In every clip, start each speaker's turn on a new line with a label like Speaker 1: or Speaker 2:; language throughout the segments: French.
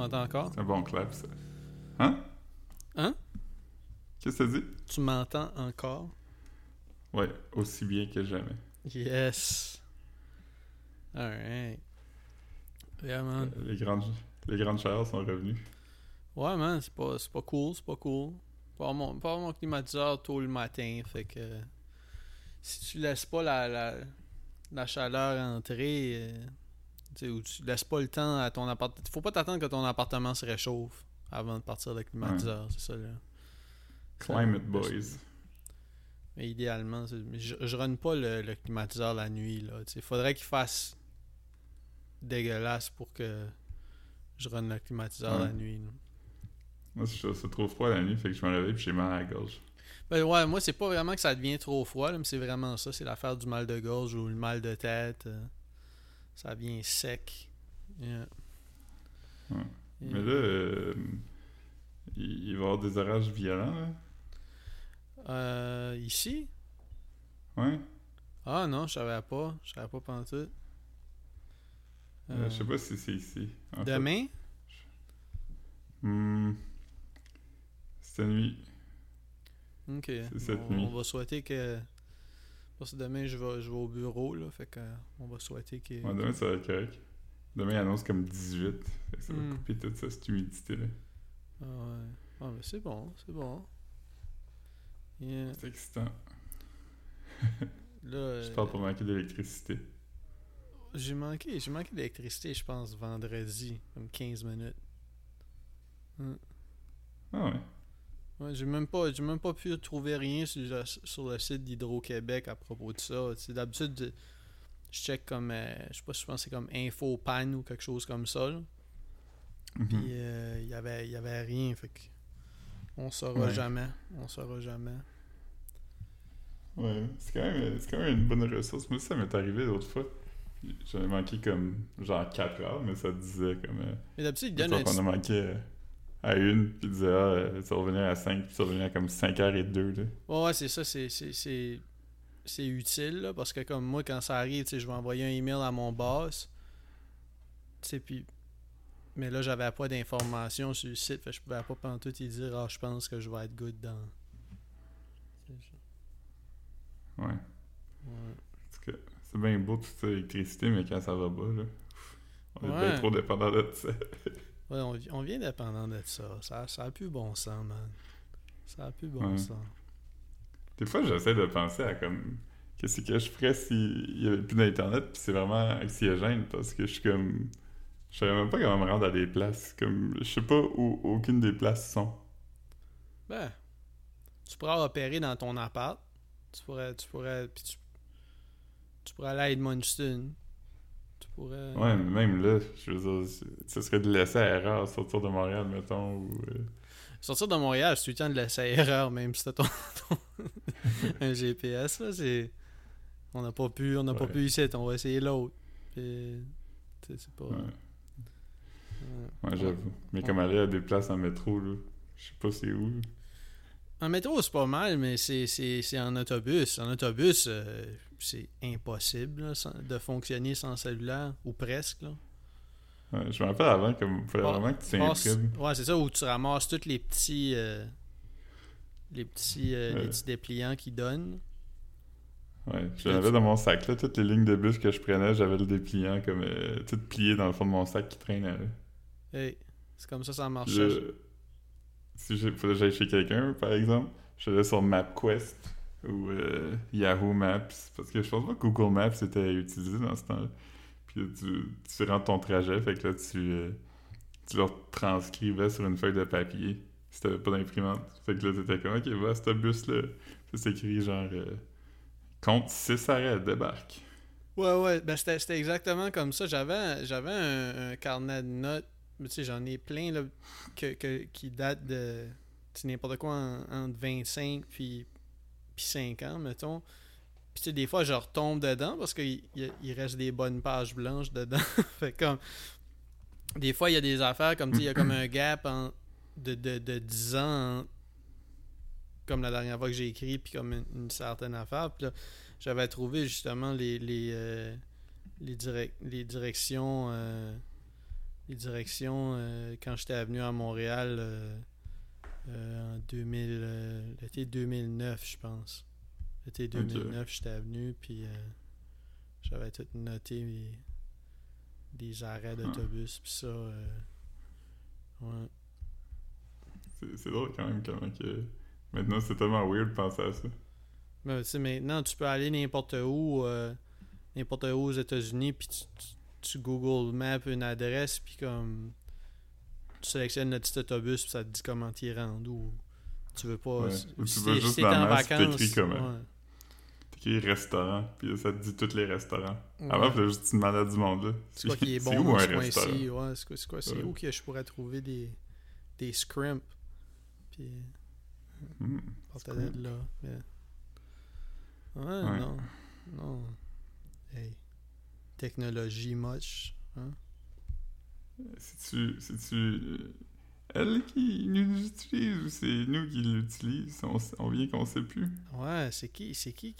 Speaker 1: m'entends encore?
Speaker 2: C'est un bon clap, ça. Hein?
Speaker 1: Hein?
Speaker 2: Qu'est-ce que t'as dit?
Speaker 1: Tu m'entends encore?
Speaker 2: Ouais, aussi bien que jamais.
Speaker 1: Yes. Alright. Yeah, man.
Speaker 2: Les grandes chaleurs sont revenues.
Speaker 1: Ouais, man, c'est pas cool, c'est pas cool. Pas avoir mon climatiseur tôt le matin, fait que si tu laisses pas la chaleur entrer, tu sais, ou tu laisses pas le temps à ton appartement. Faut pas t'attendre que ton appartement se réchauffe avant de partir le climatiseur, c'est ça là.
Speaker 2: Climate boys.
Speaker 1: Mais idéalement, je run pas le climatiseur la nuit, là. Il faudrait qu'il fasse dégueulasse pour que je run le climatiseur la nuit, là.
Speaker 2: Moi, c'est trop froid la nuit, fait que je me réveille et j'ai mal à la gorge.
Speaker 1: Ben ouais, moi, c'est pas vraiment que ça devient trop froid, là, mais c'est vraiment ça. C'est l'affaire du mal de gorge ou le mal de tête. Ça devient sec. Yeah.
Speaker 2: Ouais.
Speaker 1: Yeah.
Speaker 2: Mais là, il va y avoir des orages violents, là.
Speaker 1: Ici?
Speaker 2: Ouais.
Speaker 1: Ah non, je savais pas. Je savais pas pantoute.
Speaker 2: Je sais pas si c'est ici. En
Speaker 1: Demain?
Speaker 2: Cette nuit.
Speaker 1: Ok.
Speaker 2: C'est cette nuit.
Speaker 1: On va souhaiter que... Parce que demain, je vais au bureau, là. Fait que on va souhaiter que...
Speaker 2: Ouais, demain, ça va être correct. Demain, il annonce comme 18. Fait que ça va couper toute cette humidité-là.
Speaker 1: Ah ouais. Ah, mais c'est bon, c'est bon. Yeah.
Speaker 2: C'est excitant.
Speaker 1: Là,
Speaker 2: Je parle pour manquer d'électricité.
Speaker 1: j'ai manqué d'électricité, je pense, vendredi, comme 15 minutes.
Speaker 2: Ah ouais.
Speaker 1: Ouais, j'ai même pas pu trouver rien sur le site d'Hydro-Québec à propos de ça. T'sais, d'habitude, je check comme, je sais pas si je pense que c'est comme Info Pan ou quelque chose comme ça. Là. Puis il y avait rien, fait que on saura jamais. On saura jamais.
Speaker 2: Ouais, c'est quand même une bonne ressource. Moi, ça m'est arrivé l'autre fois. J'en ai manqué comme genre 4 heures, mais ça disait comme.
Speaker 1: Mais d'habitude, il donne un
Speaker 2: qu'on a manqué à une, puis il disait ça va revenir à 5, puis ça va revenir à comme 5h02. Là.
Speaker 1: Ouais, c'est ça, c'est utile, là, parce que comme moi, quand ça arrive, je vais envoyer un email à mon boss. Puis. Mais là, j'avais pas d'informations sur le site, fait que je pouvais pas pantoute y dire je pense que je vais être good dans.
Speaker 2: Ouais. Parce que c'est bien beau toute cette électricité, mais quand ça va bas, là, on est bien trop dépendant de ça.
Speaker 1: Ouais, on vient dépendant de ça. Ça a plus bon sens, man. Ça a plus bon sens.
Speaker 2: Des fois, j'essaie de penser à comme qu'est-ce que je ferais s'il y avait plus d'internet, puis c'est vraiment anxiogène parce que je suis comme. Je savais même pas comment me rendre à des places. Comme je sais pas où aucune des places sont.
Speaker 1: Ben, tu pourras opérer dans ton appart. Tu pourrais aller à Edmundston. Tu pourrais...
Speaker 2: Ouais, mais même là, je veux dire, ce serait de laisser à erreur sortir de Montréal, mettons, ou...
Speaker 1: Sortir de Montréal, c'est tout le temps de laisser à erreur, même si t'as ton un GPS, là, c'est... On n'a pas pu ici, on va essayer l'autre. Puis, c'est pas...
Speaker 2: Ouais, j'avoue. Mais comme aller à des places en métro, là, je sais pas c'est où.
Speaker 1: En métro, c'est pas mal, mais c'est en autobus. En autobus, c'est impossible là, de fonctionner sans cellulaire, ou presque. Là.
Speaker 2: Ouais, je me rappelle avant, comme il fallait vraiment que tu t'imprimes.
Speaker 1: Ouais, c'est ça, où tu ramasses tous les petits dépliants qu'ils donnent.
Speaker 2: Ouais, je l'avais dans mon sac, là. Toutes les lignes de bus que je prenais, j'avais le dépliant comme tout plié dans le fond de mon sac qui traînait, là.
Speaker 1: Hey, c'est comme ça marche.
Speaker 2: Si il fallait que j'aille chez quelqu'un, par exemple, je allais sur MapQuest ou Yahoo Maps, parce que je pense pas que Google Maps était utilisé dans ce temps-là. Puis tu rentres ton trajet, fait que là, tu le transcrivais sur une feuille de papier si t'avais pas d'imprimante. Fait que là, t'étais comme, ok, va à ce bus-là. C'est écrit genre, compte 6 arrêts, débarque.
Speaker 1: Ouais, ben c'était exactement comme ça. J'avais un carnet de notes. Tu sais, j'en ai plein là, qui datent de n'importe quoi entre 25 puis 5 ans, mettons. Puis tu sais, des fois, je retombe dedans parce qu'il reste des bonnes pages blanches dedans. Fait comme... Des fois, il y a des affaires comme, tu sais, il y a comme un gap de 10 ans comme la dernière fois que j'ai écrit, puis comme une certaine affaire. Puis là, j'avais trouvé justement les directions... les directions quand j'étais venu à Montréal en 2000, l'été 2009, je pense. L'été 2009, j'étais venu, puis j'avais tout noté des arrêts d'autobus, puis ça. Ouais.
Speaker 2: C'est drôle quand même, comment que. Maintenant, c'est tellement weird de penser à ça.
Speaker 1: Mais tu sais, maintenant, tu peux aller n'importe où aux États-Unis, puis tu Google Maps une adresse, puis comme tu sélectionnes le petit autobus, puis ça te dit comment t'y rendre, ou tu veux pas.
Speaker 2: Ouais. Ou tu
Speaker 1: Si
Speaker 2: vas
Speaker 1: t'es
Speaker 2: juste
Speaker 1: si
Speaker 2: dans
Speaker 1: t'es en
Speaker 2: la masse,
Speaker 1: vacances.
Speaker 2: t'écris comme.
Speaker 1: Ouais.
Speaker 2: T'écris restaurant, puis là, ça te dit tous les restaurants.
Speaker 1: Ouais.
Speaker 2: Avant, il juste une malade du monde là.
Speaker 1: C'est quoi qui est bon
Speaker 2: c'est où
Speaker 1: dans
Speaker 2: un
Speaker 1: ce
Speaker 2: restaurant?
Speaker 1: coin-ci? Ouais, c'est quoi? C'est où que je pourrais trouver des scrimps? Puis, partir de là. Yeah. Ouais, non. Non. Hey. Technologie much. Hein?
Speaker 2: C'est-tu elle qui nous utilise ou c'est nous qui l'utilise? On vient qu'on sait plus.
Speaker 1: Ouais, c'est qui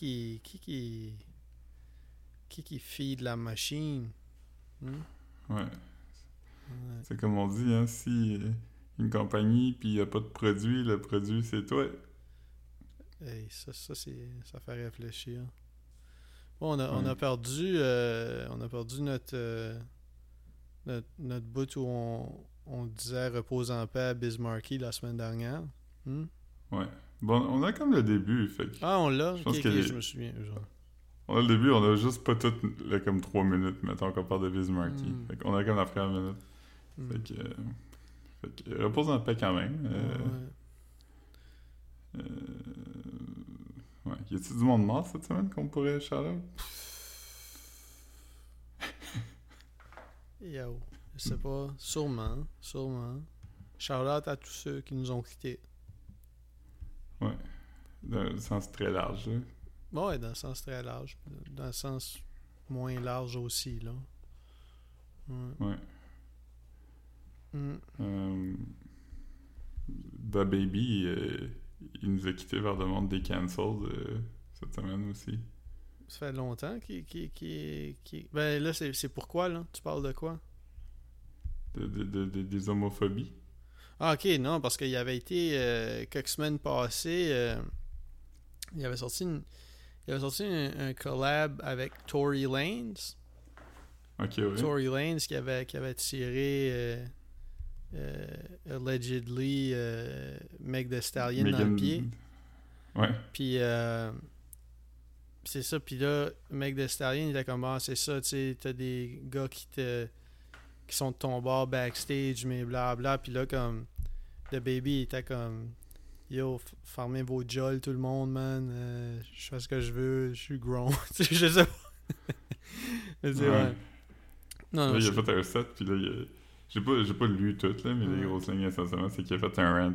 Speaker 1: feed la machine?
Speaker 2: Ouais. C'est comme on dit, hein, si une compagnie puis il n'y a pas de produit, le produit c'est toi.
Speaker 1: Hey, ça fait réfléchir. Bon, on a perdu notre bout où on disait repose en paix à Bismarcky la semaine dernière.
Speaker 2: Ouais. Bon, on a comme le début, fait que
Speaker 1: Ah, on l'a?
Speaker 2: je pense
Speaker 1: Je me souviens. Genre.
Speaker 2: on a le début, on a juste pas tout comme 3 minutes, mettons, qu'on parle de Bismarcky. Fait qu'on a comme la première minute. Fait que repose en paix quand même. Ouais. Y a-t-il du monde mort cette semaine qu'on pourrait shout-out?
Speaker 1: Yo, je sais pas. Sûrement. Shout-out à tous ceux qui nous ont quittés.
Speaker 2: Ouais. Dans le sens très large, là.
Speaker 1: Ouais, dans le sens très large. Dans le sens moins large aussi, là.
Speaker 2: Ouais. Da Baby, il nous a quittés vers le monde des cancels cette semaine aussi.
Speaker 1: Ça fait longtemps qu'il... Ben là, c'est pourquoi, là? Tu parles de quoi?
Speaker 2: Des homophobies.
Speaker 1: Ah, ok, non, parce qu'il avait été... quelques semaines passées... il avait sorti un collab avec Tory Lanez.
Speaker 2: Ok, oui.
Speaker 1: Tory Lanez qui avait tiré... allegedly Meg Thee Stallion dans le pied.
Speaker 2: Ouais.
Speaker 1: Puis c'est ça, puis là Meg Thee Stallion il était comme c'est ça, tu sais, t'as des gars qui sont de ton bord backstage mais blabla, puis là comme The Baby il était comme yo, fermez vos jolls tout le monde, man, je fais ce que je veux, je suis grown. Tu sais, je sais pas. Ouais. Non,
Speaker 2: là, il a fait un set, puis là j'ai pas lu tout, là, mais les grosses lignes essentiellement, c'est qu'il a fait un rant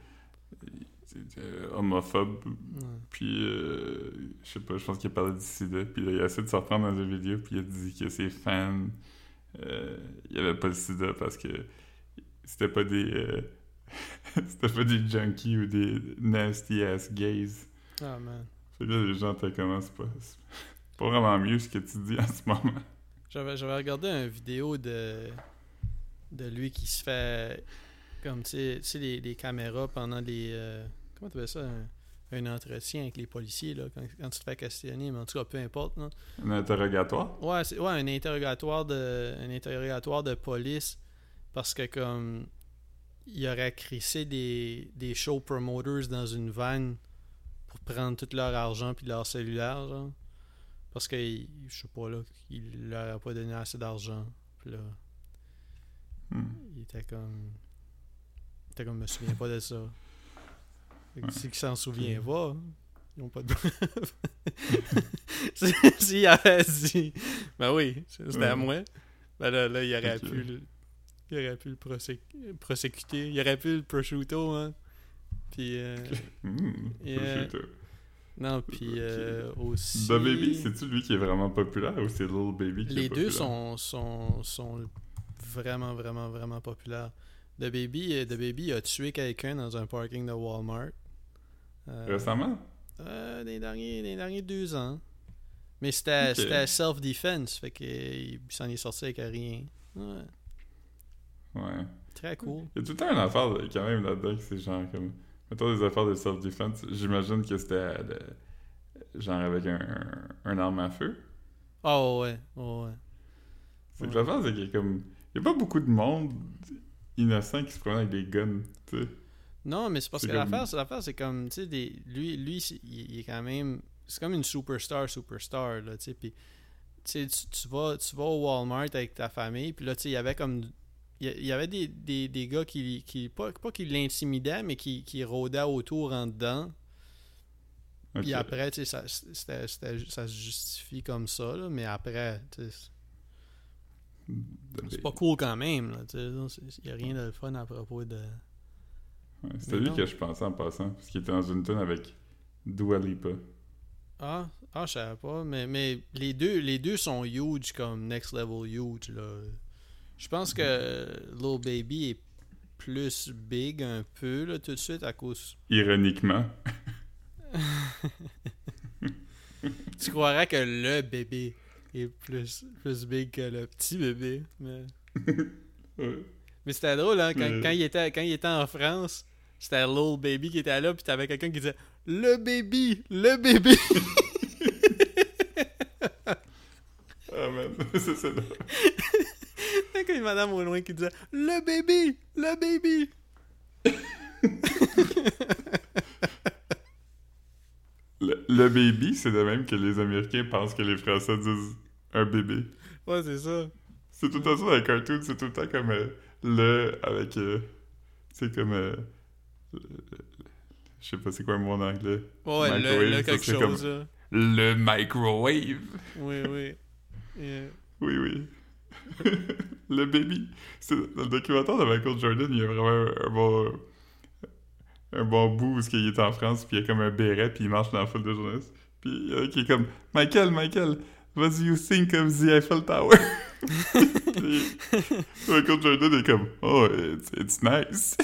Speaker 2: homophobe. Puis, je sais pas, je pense qu'il a parlé du sida. Puis là, il a essayé de se reprendre dans une vidéo, puis il a dit que ses fans, il avait pas le sida parce que c'était pas des c'était pas des junkies ou des nasty ass gays.
Speaker 1: Ah, man.
Speaker 2: Fait que là, les gens étaient comme, c'est pas vraiment mieux ce que tu dis en ce moment.
Speaker 1: J'avais regardé une vidéo de lui qui se fait comme tu sais les caméras pendant les comment tu appelles ça un entretien avec les policiers là quand tu te fais questionner, mais en tout cas peu importe là.
Speaker 2: Un interrogatoire?
Speaker 1: Ouais, un interrogatoire de police parce que comme il aurait crissé des show promoters dans une van pour prendre tout leur argent puis leur cellulaire genre. Parce que je sais pas là, il leur a pas donné assez d'argent. Puis là il était comme je me souviens pas de ça. Si qui s'en souvient pas, ils n'ont pas de preuves. S'il avait dit ben oui, c'était à moi, ben là il aurait pu le prosécuter, il aurait pu le prosciutto, hein. Puis
Speaker 2: prosciutto.
Speaker 1: Non, puis aussi
Speaker 2: Da Baby, c'est-tu lui qui est vraiment populaire ou c'est Lil Baby qui est populaire?
Speaker 1: Les deux sont vraiment, vraiment, vraiment populaires. The Baby a tué quelqu'un dans un parking de Walmart.
Speaker 2: Récemment?
Speaker 1: Dans les derniers 2 ans. Mais c'était self-defense, fait qu'il s'en est sorti avec rien. Ouais.
Speaker 2: Ouais.
Speaker 1: Très cool.
Speaker 2: Il y a tout le temps une affaire quand même là-dedans que c'est genre comme. Mettons des affaires de self-defense. J'imagine que c'était genre avec un arme à feu.
Speaker 1: Oh ouais, oh ouais.
Speaker 2: C'est que l'affaire, c'est qu'il y a comme. Il y a pas beaucoup de monde innocent qui se promène avec des guns, tu sais.
Speaker 1: Non, mais c'est parce
Speaker 2: C'est
Speaker 1: que
Speaker 2: comme-
Speaker 1: l'affaire, c'est comme, tu sais, lui il est quand même, c'est comme une superstar, là, tu sais, puis, tu sais, tu vas au Walmart avec ta famille, puis là, tu sais, il y avait comme, il y avait des gars pas qui l'intimidaient, mais qui rôdaient autour en dedans,
Speaker 2: Ok.
Speaker 1: puis après, tu sais, ça se justifie comme ça, là, mais après, tu sais, c'est pas cool quand même, là, tu sais, il y a rien de le fun à propos de...
Speaker 2: Ouais, c'était
Speaker 1: Mais
Speaker 2: lui
Speaker 1: non.
Speaker 2: que je pensais en passant, parce qu'il était dans une tune avec Dua Lipa.
Speaker 1: Je savais pas, mais les deux sont huge, comme next level huge, là. Je pense que Lil Baby est plus big un peu, là, tout de suite, à cause...
Speaker 2: Ironiquement.
Speaker 1: Tu croirais que le bébé est plus big que le petit bébé, mais...
Speaker 2: Ouais.
Speaker 1: Mais c'était drôle, hein,
Speaker 2: Mais-
Speaker 1: quand il était en France, c'était Lil Baby qui était là, puis t'avais quelqu'un qui disait « Le baby! Le bébé! »
Speaker 2: Ah man, c'est là.
Speaker 1: Quand une madame au loin qui disait « Le baby! Le baby! »
Speaker 2: Le baby, c'est de même que les Américains pensent que les Français disent un bébé.
Speaker 1: Ouais, c'est ça.
Speaker 2: C'est tout le temps ça dans les cartoons, c'est tout le temps comme le avec. C'est comme. Je sais pas c'est quoi un mot en anglais.
Speaker 1: Ouais,
Speaker 2: Microwave,
Speaker 1: le
Speaker 2: ça
Speaker 1: quelque
Speaker 2: serait
Speaker 1: chose, là.
Speaker 2: Le microwave.
Speaker 1: Oui, oui. Yeah.
Speaker 2: Oui, oui. Le baby. Dans le documentaire de Michael Jordan, il y a vraiment un bon bout où il est en France, puis il y a comme un béret, puis il marche dans la foule de journalistes. Puis il y en a qui est comme Michael, what do you think of the Eiffel Tower? Puis Michael Jordan est comme oh, it's nice.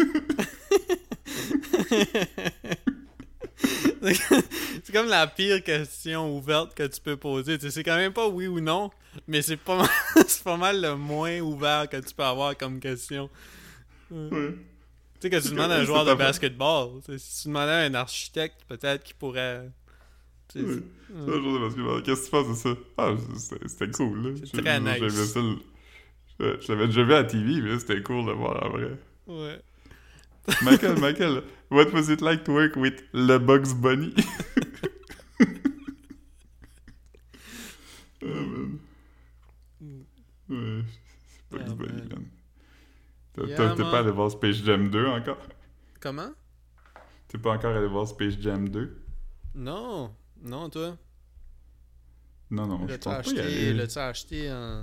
Speaker 1: C'est comme la pire question ouverte que tu peux poser. Tu sais, c'est quand même pas oui ou non, mais c'est pas mal, c'est pas mal le moins ouvert que tu peux avoir comme question.
Speaker 2: Ouais.
Speaker 1: Tu sais, que tu
Speaker 2: C'est
Speaker 1: demandes à
Speaker 2: comme-
Speaker 1: un joueur
Speaker 2: c'est
Speaker 1: de
Speaker 2: pas-
Speaker 1: basketball. Tu sais, si tu demandais à un architecte, peut-être qu'il pourrait. Tu sais,
Speaker 2: Ouais. C'est un jour de basketball. Qu'est-ce que tu penses de ça? Ah, c'était cool, là.
Speaker 1: C'est très nice.
Speaker 2: J'aimais ça. Je l'avais déjà vu à la TV, mais là, c'était cool de voir en vrai.
Speaker 1: Ouais.
Speaker 2: Michael, what was it like to work with le Bugs Bunny? Ah, man. Ouais, c'est Bugs
Speaker 1: Ah,
Speaker 2: Bunny,
Speaker 1: man.
Speaker 2: man.
Speaker 1: Yeah,
Speaker 2: T'es
Speaker 1: man.
Speaker 2: pas allé voir Space Jam 2 encore?
Speaker 1: Comment?
Speaker 2: T'es pas encore allé voir Space Jam 2?
Speaker 1: Non. Non, toi.
Speaker 2: Non, je
Speaker 1: L'as-tu
Speaker 2: pense pas y
Speaker 1: acheté,
Speaker 2: aller.
Speaker 1: l'as-tu acheté en.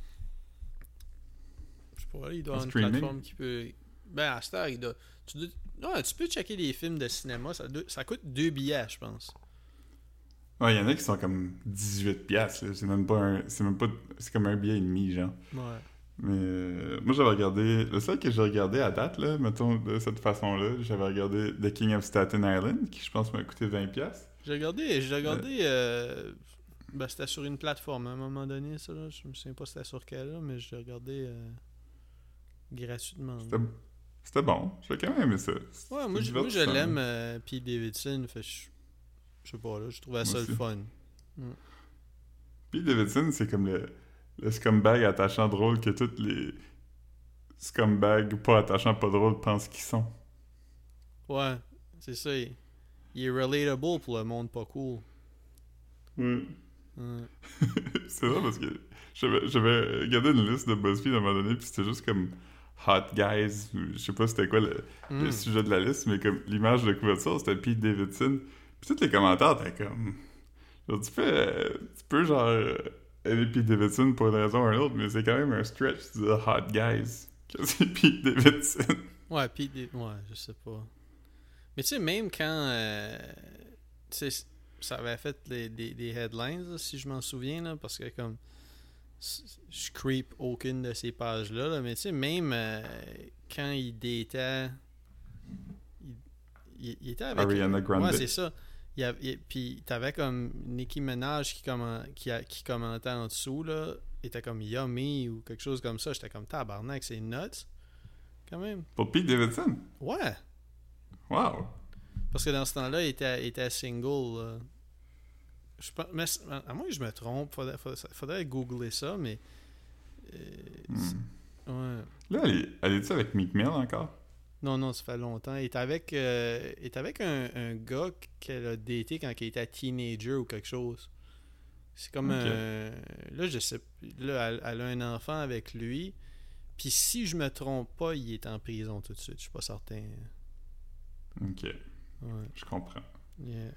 Speaker 1: Je sais pas, il doit
Speaker 2: En
Speaker 1: avoir une
Speaker 2: streaming?
Speaker 1: plateforme qui peut. Ben, à cette heure, il doit. Non, tu peux checker des films de cinéma, ça coûte 2 billets, je pense.
Speaker 2: Ouais, il y en a qui sont comme 18$, là. C'est même pas c'est comme un billet et demi, genre.
Speaker 1: Ouais.
Speaker 2: Mais moi, j'avais regardé... Le seul que j'ai regardé à date, là, mettons, de cette façon-là, j'avais regardé The King of Staten Island, qui, je pense, m'a coûté 20$.
Speaker 1: J'ai regardé, ben, c'était sur une plateforme à un moment donné, ça, là. Je me souviens pas c'était sur quelle, là, mais j'ai regardé gratuitement.
Speaker 2: C'était bon. J'ai quand même aimé ça.
Speaker 1: Ouais, moi, je l'aime, Pete Davidson, fait je sais pas, là, je trouvais ça
Speaker 2: aussi.
Speaker 1: le fun.
Speaker 2: Pete Davidson, c'est comme le scumbag attachant drôle que tous les scumbags pas attachants pas drôles pensent qu'ils sont.
Speaker 1: Ouais, c'est ça. Il est relatable pour le monde pas cool.
Speaker 2: Ouais.
Speaker 1: Ouais.
Speaker 2: C'est vrai parce que j'avais regardé une liste de BuzzFeed à un moment donné, puis c'était juste comme Hot Guys, ou je sais pas c'était quoi le sujet de la liste, mais comme l'image de couverture, c'était Pete Davidson. Puis tous les commentaires étaient comme... Genre, tu peux genre aimer Pete Davidson pour une raison ou une autre, mais c'est quand même un stretch de Hot Guys que c'est Pete Davidson.
Speaker 1: Ouais, ouais, je sais pas. Mais tu sais, même quand tu sais, ça avait fait des headlines, là, si je m'en souviens, là, parce que comme je creep aucune de ces pages-là, là, mais tu sais, même quand il datait il était avec
Speaker 2: Ariana Grande.
Speaker 1: ouais, c'est ça. Puis t'avais comme Nicki Minaj qui commentait en dessous, là. Était comme Yummy ou quelque chose comme ça. J'étais comme tabarnak, c'est nuts. Quand même.
Speaker 2: Pour Pete Davidson?
Speaker 1: Ouais.
Speaker 2: Wow!
Speaker 1: Parce que dans ce temps-là, il était single. Là. Mais à moins que je me trompe, faudrait googler ça, mais. Ouais.
Speaker 2: Là, elle est-tu avec Meek Mill encore?
Speaker 1: Non, ça fait longtemps. Il est avec un gars qu'elle a daté quand il était teenager ou quelque chose. C'est comme un. Là, je sais. Là, elle a un enfant avec lui. Puis si je me trompe pas, il est en prison tout de suite. Je suis pas certain.
Speaker 2: Ok.
Speaker 1: Ouais.
Speaker 2: Je comprends.
Speaker 1: Yeah.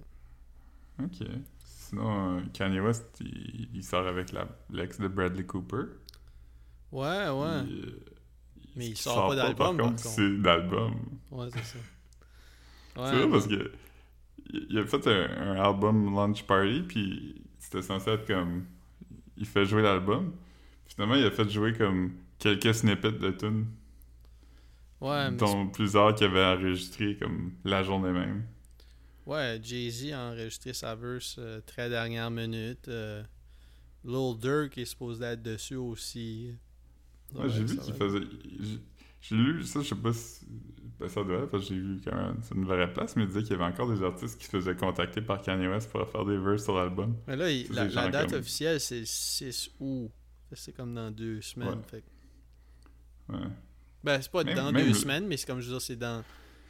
Speaker 2: Ok. Sinon, Kanye West, il sort avec l'ex de Bradley Cooper.
Speaker 1: Ouais. Mais il sort pas d'album,
Speaker 2: par contre. C'est d'album.
Speaker 1: Ouais, c'est ça. Ouais,
Speaker 2: c'est vrai parce que il a fait un album launch party, puis c'était censé être comme... Il fait jouer l'album. Finalement, il a fait jouer comme quelques snippets de tunes.
Speaker 1: Ouais,
Speaker 2: dont plusieurs qu'il avait enregistré comme la journée même.
Speaker 1: Ouais, Jay-Z a enregistré sa verse très dernière minute. Lil Durk est supposé être dessus aussi.
Speaker 2: Ouais, j'ai vu qu'il faisait... J'ai lu ça, je sais pas si... Ben, ça doit être, parce que j'ai lu quand même... C'est une vraie place, mais il disait qu'il y avait encore des artistes qui se faisaient contacter par Kanye West pour faire des verses sur l'album.
Speaker 1: Mais là, la date officielle, c'est le 6 août. C'est comme dans 2 semaines.
Speaker 2: Ouais.
Speaker 1: Fait.
Speaker 2: Ouais.
Speaker 1: Ben, c'est pas dans 2 semaines, mais c'est comme je veux dire, c'est dans...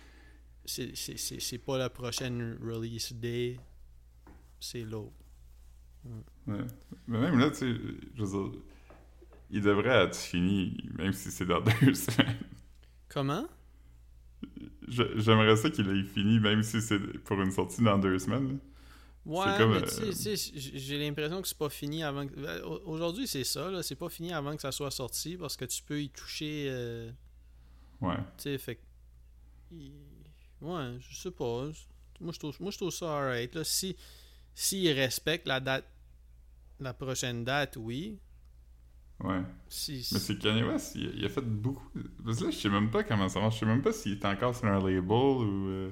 Speaker 1: C'est pas la prochaine release day. C'est l'autre.
Speaker 2: Ouais. Mais même là, tu sais, je veux dire... Il devrait être fini, même si c'est dans 2 semaines.
Speaker 1: Comment?
Speaker 2: J'aimerais ça qu'il ait fini, même si c'est pour une sortie dans 2 semaines. Là.
Speaker 1: Ouais, comme, mais tu sais, j'ai l'impression que c'est pas fini avant que... Aujourd'hui, c'est ça, là. C'est pas fini avant que ça soit sorti, parce que tu peux y toucher...
Speaker 2: Ouais.
Speaker 1: Tu sais, fait... Ouais, je sais pas. Moi, je trouve ça alright, là. S'il respecte la prochaine date, oui.
Speaker 2: Ouais. Mais c'est Kanye West, il a fait beaucoup. Parce que là, je sais même pas comment ça marche. Je sais même pas s'il est encore sur un label ou.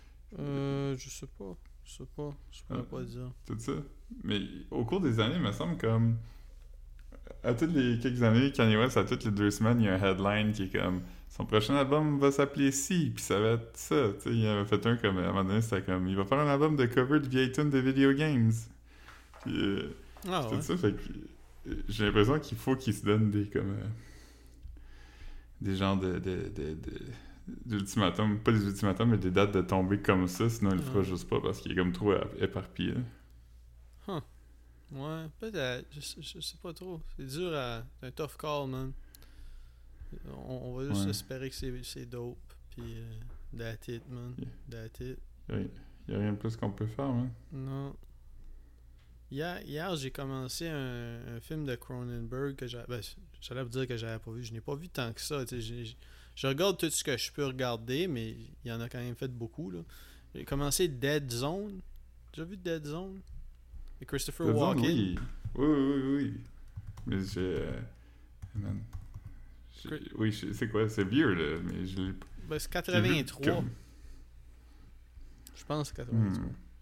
Speaker 1: Je sais pas. Je pourrais pas dire.
Speaker 2: Tout ça. Mais au cours des années, il me semble comme. À toutes les quelques années, Kanye West, à toutes les 2 semaines, il y a un headline qui est comme. Son prochain album va s'appeler Si, puis ça va être ça. Tu sais, il avait fait un comme. À un moment donné, c'était comme. Il va faire un album de cover de vieilles tunes de video games. Puis. Tout ça, fait que. J'ai l'impression qu'il faut qu'il se donne des comme des genres d'ultimatums, pas des ultimatums, mais des dates de tomber comme ça, sinon il le fera juste pas parce qu'il est comme trop éparpillé.
Speaker 1: Ouais, peut-être. Je sais pas trop. C'est dur à. C'est un tough call, man. On va juste espérer que c'est dope. Puis, that's it, man. That's it.
Speaker 2: Il y a rien de plus qu'on peut faire, man.
Speaker 1: Non. Hier, j'ai commencé un film de Cronenberg que j'allais vous dire que j'avais pas vu. Je n'ai pas vu tant que ça. Je regarde tout ce que je peux regarder, mais il y en a quand même fait beaucoup. Là. J'ai commencé Dead Zone. Tu as vu Dead Zone? Et Christopher Walken.
Speaker 2: Oui. Mais man. Oui, c'est quoi? C'est vieux, là. Mais je l'ai...
Speaker 1: Ben, c'est 83. Je pense 83.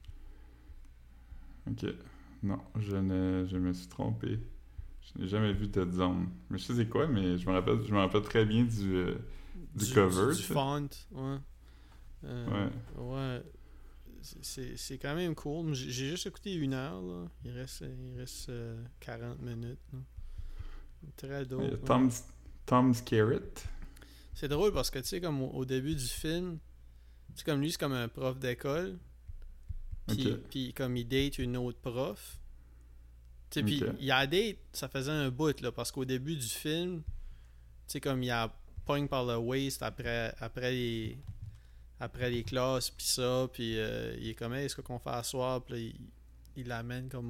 Speaker 2: Ok. Non, je me suis trompé. Je n'ai jamais vu Dead Zone. Mais je sais c'est quoi, mais je me rappelle très bien du cover.
Speaker 1: Du font, ouais.
Speaker 2: Ouais.
Speaker 1: C'est quand même cool. J'ai juste écouté 1 heure, là. Il reste 40 minutes, là. Très dope.
Speaker 2: Il y a Tom Skerritt.
Speaker 1: C'est drôle parce que, tu sais, comme au début du film, tu sais, comme lui, c'est comme un prof d'école. Puis comme il date une autre prof. Tu sais, puis il a date, ça faisait un bout, là, parce qu'au début du film, tu sais, comme il a pogne par le waist après les classes, puis ça, puis il est comme, hey, est-ce qu'on fait à soir? Puis là, il l'amène comme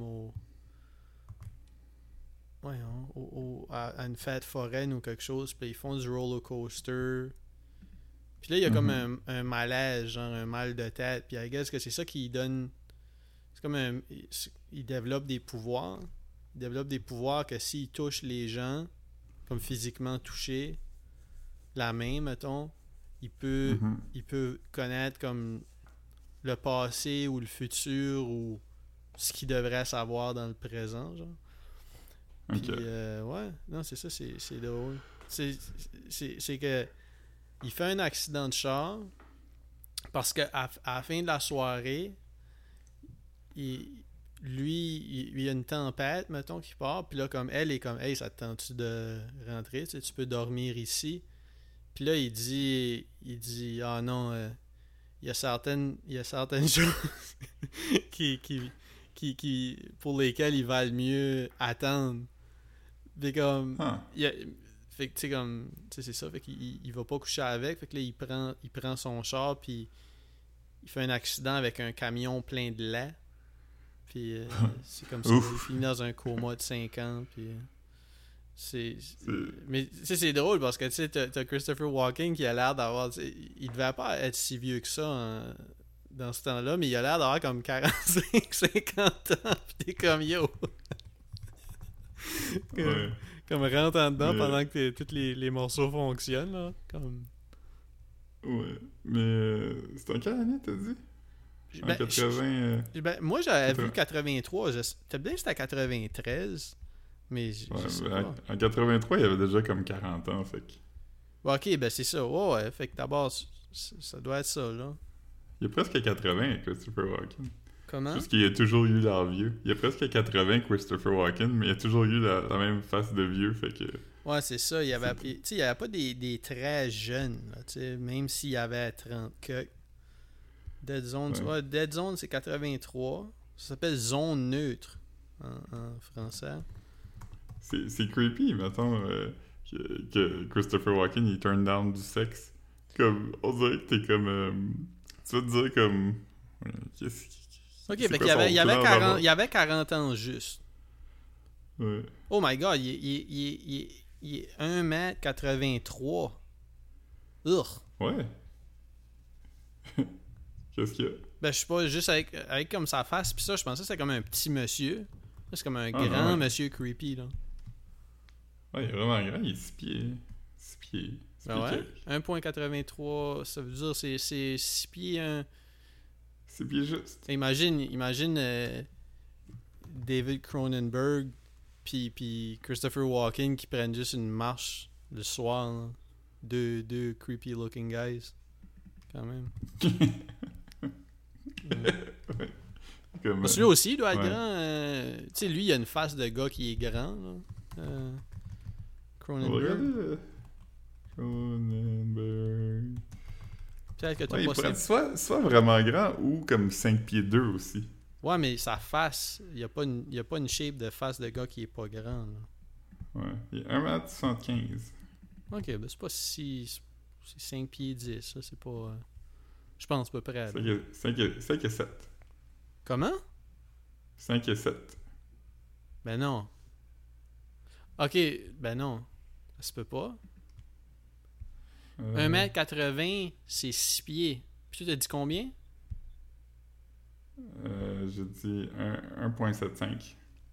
Speaker 1: à une fête foraine ou quelque chose, puis ils font du roller coaster. Puis là, il y a comme un malaise, genre un mal de tête. Puis I guess que c'est ça qui donne... C'est comme il développe des pouvoirs. Il développe des pouvoirs que s'il touche les gens, comme physiquement touché, la main, mettons, il peut connaître comme le passé ou le futur ou ce qu'il devrait savoir dans le présent, genre. Puis,
Speaker 2: Ok.
Speaker 1: ouais, non, c'est ça, c'est drôle. C'est que il fait un accident de char parce que à la fin de la soirée, il, il y a une tempête, mettons, qui part. Puis là, comme elle est comme, hey, ça te tente-tu de rentrer? Tu sais, tu peux dormir ici. Puis là, ah non, il y a certaines choses qui, qui, pour lesquelles il valent mieux attendre. Fait comme,
Speaker 2: Ah.
Speaker 1: fait que tu sais comme, tu sais c'est ça, fait qu'il il va pas coucher avec, fait que là il prend son char puis il fait un accident avec un camion plein de lait, puis c'est comme ça, il
Speaker 2: Ouf.
Speaker 1: finit dans un coma de 5 ans, puis
Speaker 2: C'est...
Speaker 1: mais tu sais c'est drôle parce que tu sais t'as Christopher Walken qui a l'air d'avoir, il devait pas être si vieux que ça dans ce temps-là, mais il a l'air d'avoir comme 45 50 ans, puis t'es comme yo.
Speaker 2: Ouais.
Speaker 1: Comme rentre en dedans
Speaker 2: Mais-
Speaker 1: pendant que tous les morceaux fonctionnent, là. Comme...
Speaker 2: Ouais. Mais c'est en quelle année, t'as dit? En
Speaker 1: Ben,
Speaker 2: 80...
Speaker 1: ben, moi, j'avais
Speaker 2: 80.
Speaker 1: vu 83. Peut-être bien que c'était à 93. Mais
Speaker 2: Ouais,
Speaker 1: je sais
Speaker 2: mais
Speaker 1: pas.
Speaker 2: en 83, il avait déjà comme 40 ans, fait que...
Speaker 1: Bon, ok, ben c'est ça. Ouais, ouais. Fait que d'abord, ça doit être ça, là.
Speaker 2: Il a presque 80, Christopher Walken.
Speaker 1: Comment?
Speaker 2: Juste qu'il a toujours eu l'air vieux. Il a presque 80, Christopher Walken, mais il a toujours eu la même face de vieux, fait que...
Speaker 1: Ouais, c'est ça. Il y avait, tu sais, il y avait pas des très jeunes, là, tu sais, même s'il y avait 30 que Dead Zone,
Speaker 2: Ouais.
Speaker 1: ouais, Dead Zone, c'est 83. Ça s'appelle Zone neutre en français.
Speaker 2: C'est creepy, mettons, que Christopher Walken, il turn down du sexe. Comme, on dirait que t'es comme... tu vas te dire comme... Qu'est-ce qui...
Speaker 1: Ok,
Speaker 2: c'est
Speaker 1: fait
Speaker 2: quoi
Speaker 1: qu'il y
Speaker 2: son
Speaker 1: avait,
Speaker 2: plan d'abord?
Speaker 1: il y avait 40 ans juste.
Speaker 2: Ouais.
Speaker 1: Oh my god, il est 1m83. Urgh.
Speaker 2: Ouais. Qu'est-ce qu'il y a?
Speaker 1: Ben, je sais pas, juste avec comme sa face, pis ça, je pensais que c'était comme un petit monsieur. Là, c'est comme un
Speaker 2: Ah, non,
Speaker 1: grand
Speaker 2: ouais.
Speaker 1: monsieur creepy, là.
Speaker 2: Ouais, il est vraiment grand, il est 6 pieds. 6 pieds. 6
Speaker 1: Ben
Speaker 2: pieds
Speaker 1: ouais.
Speaker 2: quelques.
Speaker 1: 1,83, ça veut dire c'est 6 pieds.
Speaker 2: 6 pieds juste.
Speaker 1: Imagine David Cronenberg puis Christopher Walken qui prennent juste une marche le soir, là. Deux creepy looking guys. Quand même.
Speaker 2: Ouais. Comme,
Speaker 1: Parce que lui aussi, il doit être
Speaker 2: ouais.
Speaker 1: grand. Tu sais, lui, il a une face de gars qui est grand. Là.
Speaker 2: on va
Speaker 1: Cronenberg.
Speaker 2: regarder, Cronenberg.
Speaker 1: Peut-être que t'as
Speaker 2: Ouais, il
Speaker 1: pas
Speaker 2: pourrait
Speaker 1: sa...
Speaker 2: être soit vraiment grand ou comme 5 pieds 2 aussi.
Speaker 1: Ouais, mais sa face, il y a pas une shape de face de gars qui est pas grand. Là.
Speaker 2: Ouais. Il est 1m75.
Speaker 1: Ok, ben c'est pas si... C'est 5 pieds 10, ça, c'est pas... je pense à peu près. Là.
Speaker 2: 5 et 7.
Speaker 1: Comment?
Speaker 2: 5 et 7.
Speaker 1: Ben non. Ok, ben non. Ça se peut pas. 1m80, c'est 6 pieds. Puis tu t'as dit combien?
Speaker 2: J'ai dit 1.75.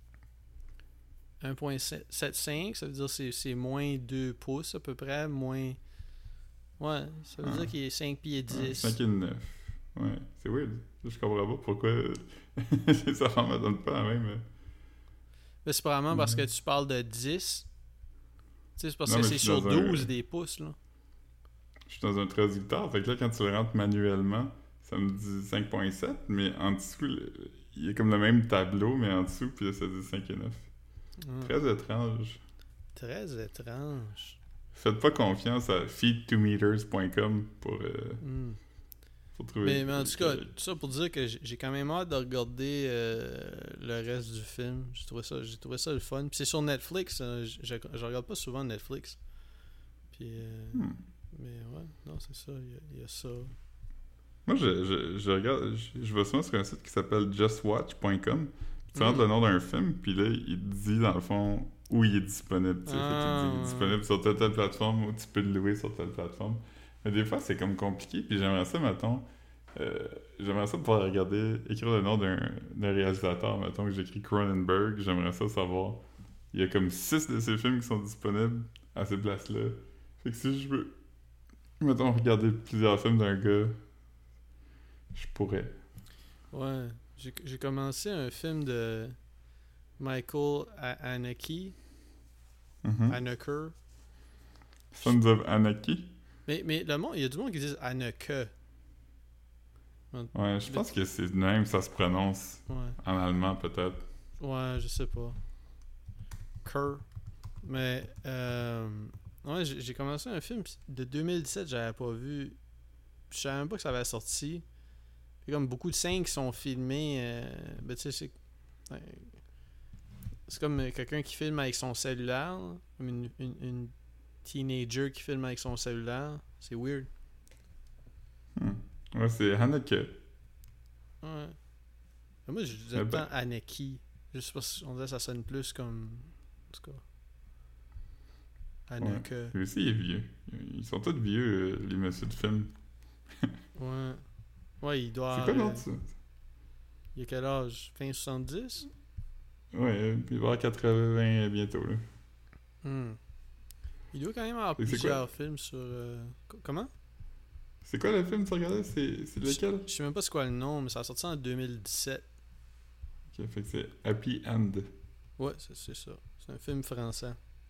Speaker 1: 1,75, ça veut dire que c'est moins 2 pouces à peu près, moins... Ouais, ça veut dire qu'il est 5 pieds 10.
Speaker 2: 5 et 9. Ouais, c'est weird. Je comprends pas pourquoi ça ne me donne pas la même.
Speaker 1: Mais c'est probablement parce que tu parles de 10. Tu sais, c'est parce
Speaker 2: Non,
Speaker 1: que
Speaker 2: mais
Speaker 1: c'est
Speaker 2: je suis
Speaker 1: sur
Speaker 2: dans un-
Speaker 1: 12 des pouces, là.
Speaker 2: Je suis dans un traducteur, fait que là, quand tu le rentres manuellement, ça me dit 5.7, mais en dessous, il y a comme le même tableau, mais en dessous, puis là, ça dit 5 et 9.
Speaker 1: Ah,
Speaker 2: Très étrange.
Speaker 1: très étrange.
Speaker 2: Faites pas confiance à feed2meters.com
Speaker 1: Hmm.
Speaker 2: pour trouver...
Speaker 1: Mais en tout cas, tout ça pour dire que j'ai quand même hâte de regarder le reste du film. J'ai trouvé ça le fun. Puis c'est sur Netflix. Je regarde pas souvent Netflix. Puis, mais ouais, non, c'est ça. Il y a ça.
Speaker 2: Moi, je regarde... Je vais souvent sur un site qui s'appelle justwatch.com. Tu rentres
Speaker 1: Hmm.
Speaker 2: le nom d'un film, puis là, il te dit, dans le fond, où il est disponible. Tu sais. Fait qu'il te dit, il est disponible sur telle plateforme, ou tu peux le louer sur telle plateforme. Mais des fois, c'est comme compliqué, puis j'aimerais ça, mettons... j'aimerais ça pouvoir regarder, écrire le nom d'un réalisateur, mettons que j'écris Cronenberg, j'aimerais ça savoir. Il y a comme 6 de ces films qui sont disponibles à ces places-là. Fait que si je veux, mettons, regarder plusieurs films d'un gars, je pourrais.
Speaker 1: Ouais. J'ai commencé un film de Michael Haneke.
Speaker 2: Mhm.
Speaker 1: Haneke.
Speaker 2: Sons of Anarchy?
Speaker 1: Mais le monde, il y a du monde qui dit Haneke.
Speaker 2: Ouais, je pense que c'est de même ça se prononce.
Speaker 1: Ouais.
Speaker 2: En allemand, peut-être.
Speaker 1: Ouais, je sais pas. Kerr. Mais, ouais, j'ai commencé un film de 2017, j'avais pas vu. Je savais même pas que ça avait sorti. Il y a comme beaucoup de scènes qui sont filmées. Ben, tu sais, ouais, c'est comme quelqu'un qui filme avec son cellulaire. Là. Comme une teenager qui filme avec son cellulaire. C'est weird.
Speaker 2: Hmm. Ouais, c'est Haneke.
Speaker 1: Ouais. Mais moi, je disais
Speaker 2: Mais
Speaker 1: tout le
Speaker 2: ben,
Speaker 1: temps Aneki. Je sais pas si on dirait que ça sonne plus comme. En tout cas.
Speaker 2: ouais.
Speaker 1: Haneke.
Speaker 2: Lui aussi, il est vieux. Ils sont tous vieux, les messieurs de film.
Speaker 1: Ouais. Ouais, il doit.
Speaker 2: C'est quoi l'autre, ça?
Speaker 1: Il a quel âge? Fin 70?
Speaker 2: Ouais, il va avoir 80 bientôt, là.
Speaker 1: Hmm. Il doit quand même avoir
Speaker 2: Et c'est quoi?
Speaker 1: plusieurs films sur. Comment?
Speaker 2: C'est quoi le film que tu regardais? C'est lequel?
Speaker 1: Je sais même pas c'est quoi le nom, mais ça a sorti en 2017.
Speaker 2: Ok, fait que c'est Happy End.
Speaker 1: Ouais, c'est ça. C'est un film français.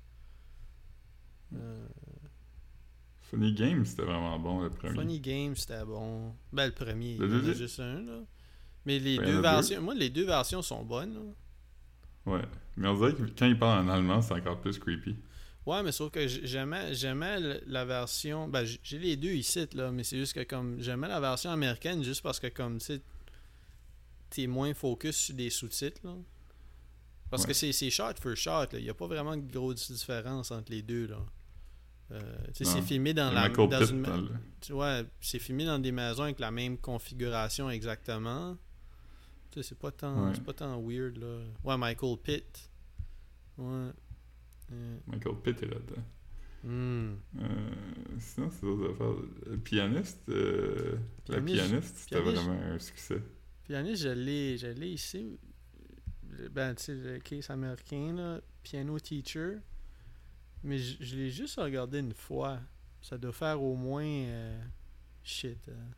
Speaker 1: Euh,
Speaker 2: Funny Games, c'était vraiment bon, le premier.
Speaker 1: Funny Games, c'était bon. Ben, le premier,
Speaker 2: Le
Speaker 1: il y en a
Speaker 2: deuxième?
Speaker 1: juste un, là. Mais les
Speaker 2: Ben, il y
Speaker 1: deux
Speaker 2: en a
Speaker 1: versions.
Speaker 2: deux.
Speaker 1: Moi, les deux versions sont bonnes, là.
Speaker 2: Ouais. Mais on dirait que quand il parle en allemand, c'est encore plus creepy.
Speaker 1: Ouais, mais sauf que j'aimais la version. Ben, j'ai les deux ici, là, mais c'est juste que comme. J'aimais la version américaine juste parce que, comme, tu sais, t'es moins focus sur des sous-titres, là. Parce
Speaker 2: Ouais.
Speaker 1: que c'est shot for shot, là. Il n'y a pas vraiment de grosse différence entre les deux, là. Tu sais, c'est
Speaker 2: Non.
Speaker 1: filmé dans
Speaker 2: Il y a Michael
Speaker 1: dans
Speaker 2: Pitt
Speaker 1: une.
Speaker 2: dans le...
Speaker 1: Ouais, c'est filmé dans des maisons avec la même configuration exactement. Tu sais,
Speaker 2: Ouais.
Speaker 1: c'est pas tant weird, là. Ouais, Michael Pitt. Ouais.
Speaker 2: Michael Pitt est là-dedans.
Speaker 1: Hmm.
Speaker 2: Sinon, c'est d'autres affaires. Le pianiste, la
Speaker 1: Pianiste,
Speaker 2: pianiste, c'était
Speaker 1: pianiste.
Speaker 2: vraiment un succès.
Speaker 1: Pianiste, je l'ai ici. Ben, tu sais, le case américain, là. Piano Teacher. Mais je l'ai juste regardé une fois. Ça doit faire au moins. Shit.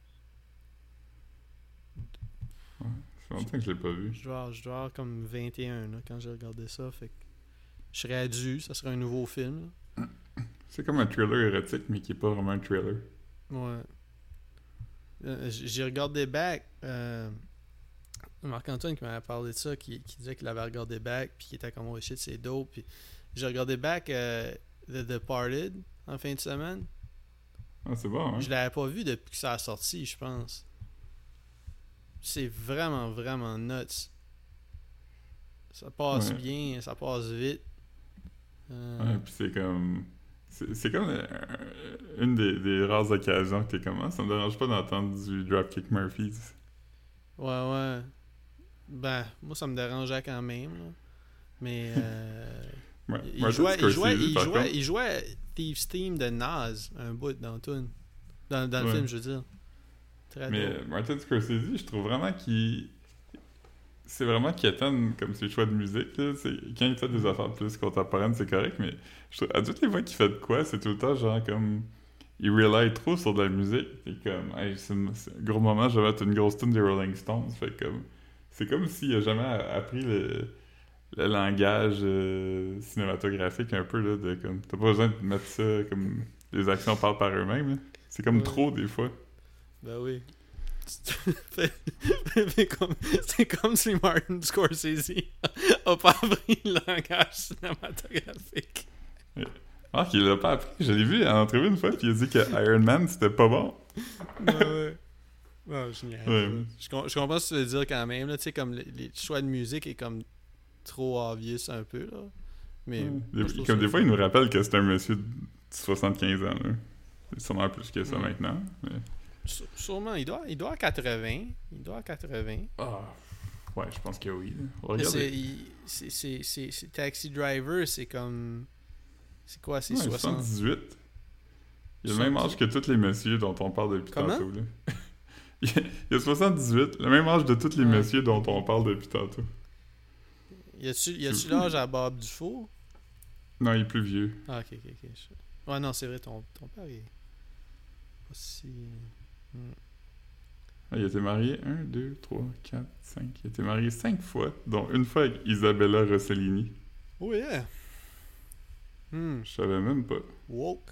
Speaker 2: Ouais. Ça fait longtemps que je l'ai pas vu.
Speaker 1: Je dois avoir comme 21 là, quand j'ai regardé ça. Fait que je serais dû. Ça serait un nouveau film.
Speaker 2: C'est comme un thriller érotique, mais qui est pas vraiment un thriller.
Speaker 1: Là. Ouais. J'ai regardé Back. Marc-Antoine qui m'avait parlé de ça, qui disait qu'il avait regardé Back, puis qui était comme oh shit, c'est dope. Puis j'ai regardé Back The Departed en fin de semaine.
Speaker 2: Ah, c'est bon, hein?
Speaker 1: Je l'avais pas vu depuis que ça a sorti, je pense. C'est vraiment, vraiment nuts. Ça passe
Speaker 2: Ouais.
Speaker 1: bien, ça passe vite.
Speaker 2: Ouais, puis c'est comme... C'est comme une des rares occasions que t'es comme ah, ça me dérange pas d'entendre du Dropkick Murphys.
Speaker 1: Ouais. Ben, moi, ça me dérangeait quand même. Là. Mais
Speaker 2: Martin Scorsese, par contre...
Speaker 1: il jouait Thieves Theme de Nas, un bout dans le tune. Dans le
Speaker 2: Ouais.
Speaker 1: film, je veux dire. Très
Speaker 2: Mais
Speaker 1: dope.
Speaker 2: Martin Scorsese, je trouve vraiment qu'il... C'est vraiment quétaine comme ses choix de musique. Là. Quand il fait des affaires plus contemporaines, c'est correct, mais je trouve, à toutes les fois qu'il fait de quoi, c'est tout le temps genre comme... Il rely trop sur de la musique. C'est comme, hey, c'est un gros moment, je vais mettre une grosse tune des Rolling Stones. Fait comme... C'est comme s'il a jamais appris le langage cinématographique un peu, là, de comme... T'as pas besoin de mettre ça comme... Les actions parlent par eux-mêmes, là. C'est comme
Speaker 1: Ouais.
Speaker 2: trop, des fois.
Speaker 1: Ben oui. C'est comme si Martin Scorsese a pas appris le langage cinématographique.
Speaker 2: Ah, qu'il l'a pas appris. Je l'ai vu en entrevue une fois, puis il a dit que Iron Man, c'était pas bon.
Speaker 1: Ouais. Ouais, génial.
Speaker 2: Ouais.
Speaker 1: Je comprends ce que tu veux dire quand même. Là, tu sais, comme les choix de musique est comme trop obvious un peu. Là. Mais
Speaker 2: Ouais.
Speaker 1: moi, je trouve
Speaker 2: Comme
Speaker 1: ça
Speaker 2: des fois,
Speaker 1: fun.
Speaker 2: il nous rappelle que c'est un monsieur de 75 ans. Là. C'est sûrement plus que ça
Speaker 1: Mm.
Speaker 2: maintenant. Mais...
Speaker 1: Sûrement, il doit à 80. Il doit à 80.
Speaker 2: Ah, ouais, je pense que oui. Là. On va
Speaker 1: Mais
Speaker 2: regarder.
Speaker 1: c'est Taxi Driver, c'est comme. C'est quoi, c'est
Speaker 2: Ouais,
Speaker 1: 60.
Speaker 2: 78. Il a le même âge que tous les messieurs dont on parle depuis
Speaker 1: Comment?
Speaker 2: tantôt. Là. Il a 78, le même âge de tous les
Speaker 1: Ouais.
Speaker 2: messieurs dont on parle depuis tantôt.
Speaker 1: Y a-tu l'âge à Bob Dufault?
Speaker 2: Non, il est plus vieux.
Speaker 1: Ah, ok. Ouais, non, c'est vrai, ton père est pas si. Hmm.
Speaker 2: il a été marié 1, 2, 3, 4, 5. Il a été marié 5 fois, dont une fois avec Isabella Rossellini.
Speaker 1: Oh yeah!
Speaker 2: Je savais même pas.
Speaker 1: Woke.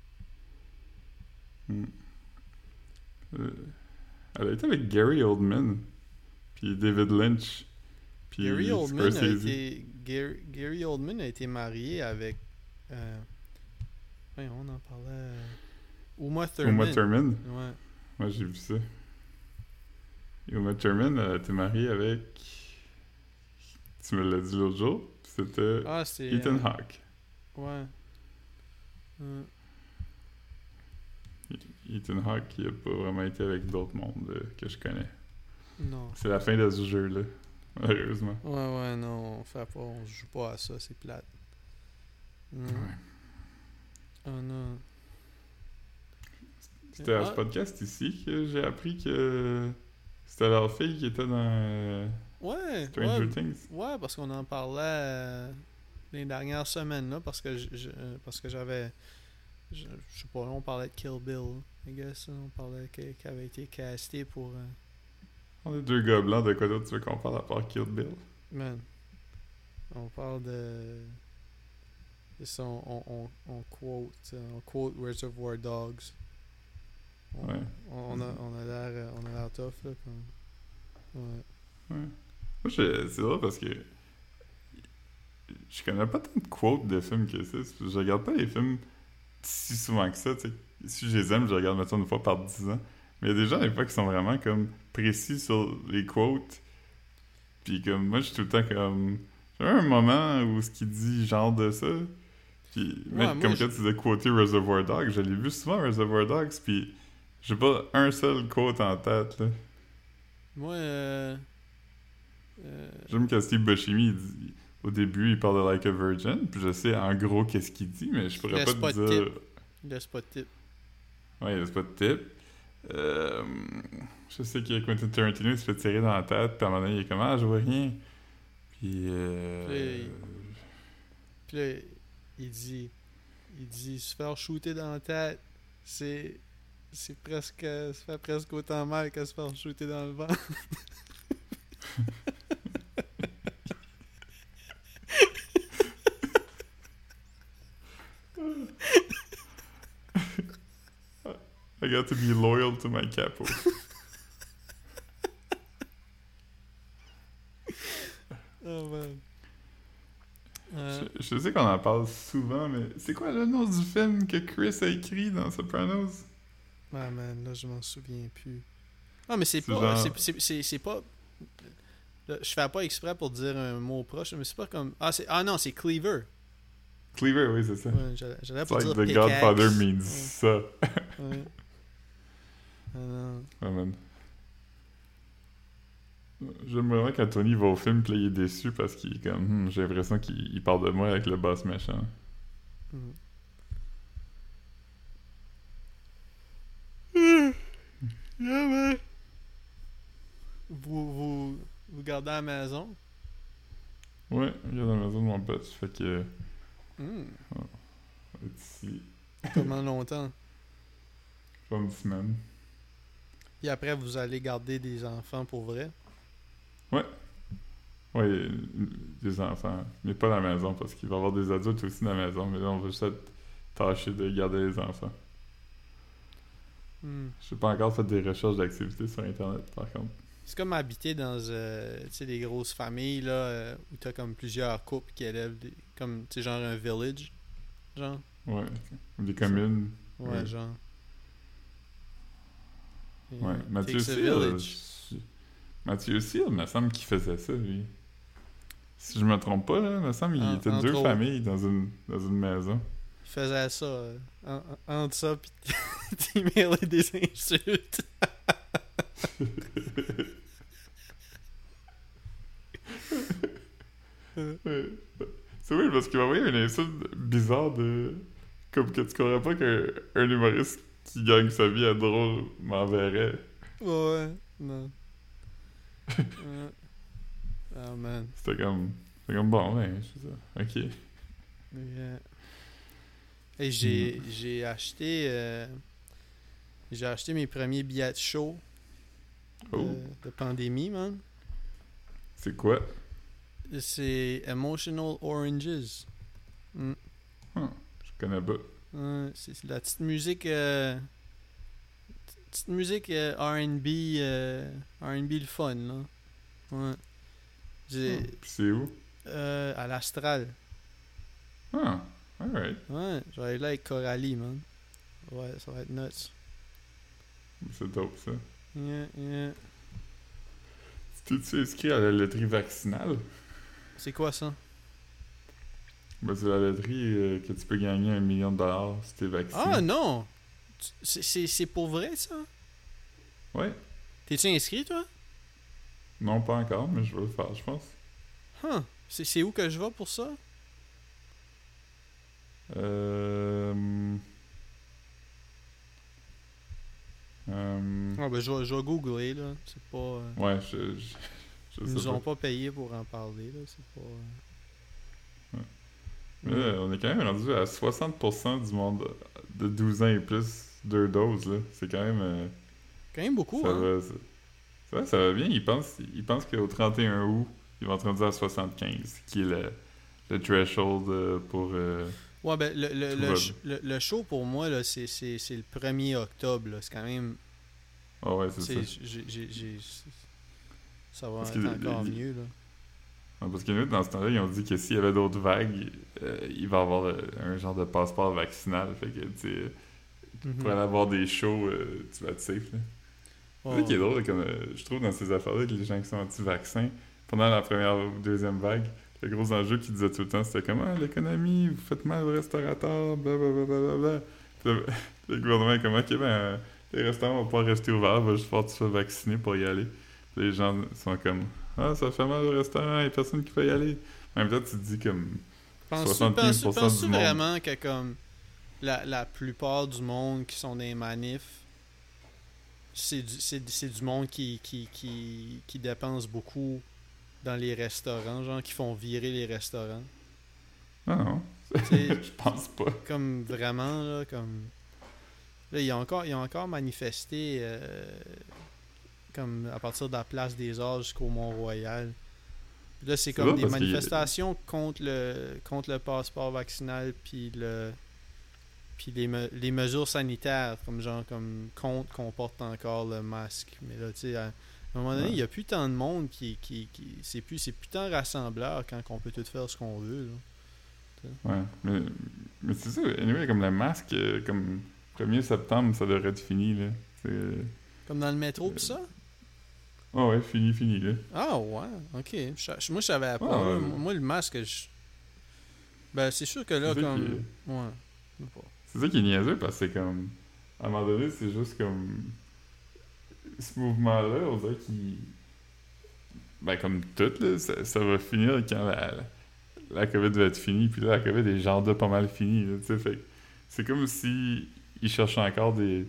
Speaker 2: Euh, Elle a été avec Gary Oldman, puis David Lynch, puis
Speaker 1: Gary Oldman
Speaker 2: Scorsese.
Speaker 1: Gary Oldman a été marié avec... ouais, on en parlait... Uma Thurman.
Speaker 2: Uma Thurman.
Speaker 1: Ouais.
Speaker 2: Moi, j'ai vu ça. Et Uma Thurman a été mariée avec... Tu me l'as dit l'autre jour, c'était
Speaker 1: c'était...
Speaker 2: Ethan Hawke.
Speaker 1: Ouais.
Speaker 2: Ethan Hawke qui a pas vraiment été avec d'autres mondes que je connais.
Speaker 1: Non.
Speaker 2: C'est la fin de ce jeu-là, malheureusement.
Speaker 1: Ouais, non, on joue pas à ça, c'est plate.
Speaker 2: Ouais.
Speaker 1: Oh non.
Speaker 2: C'était à ce podcast ici que j'ai appris que c'était leur fille qui était dans Stranger Things.
Speaker 1: Ouais, parce qu'on en parlait les dernières semaines, là, parce que j'avais... Je sais pas, on parlait de Kill Bill, I guess. On parlait qu'elle avait été castée pour...
Speaker 2: On est deux gars blancs, de quoi d'autre tu veux qu'on parle à part Kill Bill?
Speaker 1: Man, on parle de... Ça, on quote Reservoir Dogs.
Speaker 2: Ouais.
Speaker 1: On a l'air tough, là. Ouais.
Speaker 2: Moi, c'est drôle parce que je connais pas tant de quotes de films que ça. Je regarde pas les films si souvent que ça, tu sais. Si je les aime, je regarde maintenant une fois par 10 ans. Mais il y a des gens, des fois, qui sont vraiment comme précis sur les quotes. Puis comme, moi, je suis tout le temps comme... J'ai un moment où ce qu'il dit genre de ça. Puis, comme quand tu disais quoter Reservoir Dogs, je l'ai vu souvent, Reservoir Dogs, puis j'ai pas un seul quote en tête, là.
Speaker 1: Moi,
Speaker 2: J'aime que Steve Buscemi, au début, il parle de Like a Virgin, puis je sais en gros qu'est-ce qu'il dit, mais je pourrais pas te dire...
Speaker 1: Il laisse pas de tip.
Speaker 2: Ouais, il laisse pas de tip. Je sais que Quentin Tarantino, il se fait tirer dans la tête, puis à un moment donné, il est comme « Ah, je vois rien ». Puis
Speaker 1: là, il dit se faire shooter dans la tête, c'est presque... Ça fait presque autant mal que se faire shooter dans le ventre.
Speaker 2: I got to be loyal to my capo.
Speaker 1: Oh man.
Speaker 2: Je sais qu'on en parle souvent, mais c'est quoi le nom du film que Chris a écrit dans Sopranos?
Speaker 1: Ah man, là je m'en souviens plus. Ah mais c'est pas...
Speaker 2: genre...
Speaker 1: C'est pas... Là, je fais pas exprès pour dire un mot proche, mais c'est pas comme... Ah non, c'est Cleaver.
Speaker 2: Cleaver, oui, c'est ça.
Speaker 1: Ouais, j'allais pas dire
Speaker 2: The
Speaker 1: pickaxe.
Speaker 2: Godfather means ça.
Speaker 1: Ouais. Ah non.
Speaker 2: Oh man. J'aime vraiment quand Tony va au film pis là, il est déçu parce qu'il est comme j'ai l'impression qu'il parle de moi avec le boss méchant.
Speaker 1: Yeah, man. Vous gardez à la maison?
Speaker 2: Ouais, il est dans la maison de mon pote, fait que...
Speaker 1: Mm.
Speaker 2: On va être ici.
Speaker 1: Comment longtemps?
Speaker 2: Pas une semaine.
Speaker 1: Puis après, vous allez garder des enfants pour vrai?
Speaker 2: Ouais, des enfants. Mais pas à la maison, parce qu'il va y avoir des adultes aussi dans la maison, mais là, on va juste être tâché de garder les enfants. J'ai pas encore fait des recherches d'activités sur Internet, par contre.
Speaker 1: C'est comme habiter dans tu sais, des grosses familles là, où t'as comme plusieurs couples qui élèvent des, comme tu sais, genre un village, genre.
Speaker 2: Ouais, des communes.
Speaker 1: Ouais, genre.
Speaker 2: Ouais, Mathieu Seal, il me semble qu'il faisait ça, lui. Si je me trompe pas, là, il me semble qu'il était deux familles dans une maison.
Speaker 1: Il faisait ça, entre ça pis t'y mêlais des insultes.
Speaker 2: C'est oui, parce qu'il m'a envoyé une insulte bizarre de... Comme que tu croirais pas qu'un humoriste qui gagne sa vie à drôle m'enverrait.
Speaker 1: Ouais, non. Oh man.
Speaker 2: C'était comme bon, ouais, je sais ça. Ok.
Speaker 1: Yeah. Et j'ai acheté mes premiers billets de show.
Speaker 2: Oh.
Speaker 1: de pandémie, man.
Speaker 2: C'est quoi?
Speaker 1: C'est Emotional Oranges. Mm.
Speaker 2: Je connais pas.
Speaker 1: C'est la petite musique R&B R&B le fun là. Ouais.
Speaker 2: Puis c'est où?
Speaker 1: À l'Astral.
Speaker 2: Ah, alright.
Speaker 1: Ouais, je vais aller là avec Coralie, man. Ouais, ça va être nuts.
Speaker 2: C'est dope, ça.
Speaker 1: Yeah.
Speaker 2: T'es-tu inscrit à la loterie vaccinale?
Speaker 1: C'est quoi ça?
Speaker 2: Ben, c'est la loterie que tu peux gagner 1 million de dollars si t'es vacciné.
Speaker 1: Ah non! C'est pour vrai ça?
Speaker 2: Ouais.
Speaker 1: T'es-tu inscrit toi?
Speaker 2: Non, pas encore, mais je vais le faire, je pense.
Speaker 1: Huh. C'est où que je vais pour ça? Ah ben je vais googler là. C'est pas.
Speaker 2: Ouais, je
Speaker 1: Ils
Speaker 2: sais
Speaker 1: nous ont
Speaker 2: pas.
Speaker 1: pas payé pour en parler là. C'est pas.
Speaker 2: Mais là, on est quand même rendu à 60% du monde de 12 ans et plus, 2 doses, là. C'est quand même...
Speaker 1: Quand même beaucoup,
Speaker 2: ça
Speaker 1: hein?
Speaker 2: ça va bien. Ils pensent qu'au 31 août, ils vont être rendus à 75, qui est le threshold pour...
Speaker 1: Ouais, ben
Speaker 2: tout va
Speaker 1: le show pour moi là, c'est le 1er octobre là. C'est quand même.
Speaker 2: Ah ouais, c'est ça.
Speaker 1: Ça va
Speaker 2: Parce
Speaker 1: être
Speaker 2: que
Speaker 1: encore mieux là.
Speaker 2: Ouais, parce que nous, dans ce temps-là, ils ont dit que s'il y avait d'autres vagues, il va y avoir un genre de passeport vaccinal. Fait que, tu sais, pour aller avoir des shows, tu vas être safe, là. C'est ça qui est drôle, comme je trouve dans ces affaires-là, que les gens qui sont anti-vaccins, pendant la première ou deuxième vague, le gros enjeu qu'ils disaient tout le temps, c'était comme « Ah, l'économie, vous faites mal aux restaurateurs, blablabla. » Puis le gouvernement est comme « Ok, ben, les restaurants vont pas rester ouverts, va juste falloir que tu sois vacciné pour y aller. » Puis les gens sont comme « Ah, ça fait mal au restaurant, il y a personne qui peut y aller. » En même temps, tu te dis comme 75%
Speaker 1: Penses-tu
Speaker 2: du monde...
Speaker 1: vraiment que comme la plupart du monde qui sont dans les manifs, c'est du monde qui dépense beaucoup dans les restaurants, genre qui font virer les restaurants?
Speaker 2: Non,
Speaker 1: T'sais,
Speaker 2: je pense pas.
Speaker 1: comme vraiment, là, comme... Là, ils ont encore manifesté comme à partir de la place des Arts jusqu'au Mont-Royal. Puis là, c'est comme des manifestations contre le passeport vaccinal puis les mesures sanitaires, comme genre comme contre qu'on porte encore le masque. Mais là, tu sais, à un moment donné, il n'y a plus tant de monde c'est plus tant rassembleur quand on peut tout faire ce qu'on veut. Là.
Speaker 2: Ouais, mais c'est ça. Anyway, comme le masque, comme 1er septembre, ça devrait être fini, là.
Speaker 1: Comme dans le métro pis ça?
Speaker 2: Ah ouais, fini, là.
Speaker 1: Ah ouais, ok. Moi, je savais pas.
Speaker 2: Ah,
Speaker 1: moi, le masque, ben, c'est sûr que là, comme... Ouais, je sais pas.
Speaker 2: C'est ça qui est niaiseux, parce que c'est comme... À un moment donné, c'est juste comme... Ce mouvement-là, on dirait qu'il... Ben, comme tout, là, ça va finir quand la COVID va être finie, puis là, la COVID est genre de pas mal finie, tu sais, fait c'est comme si ils cherchaient encore des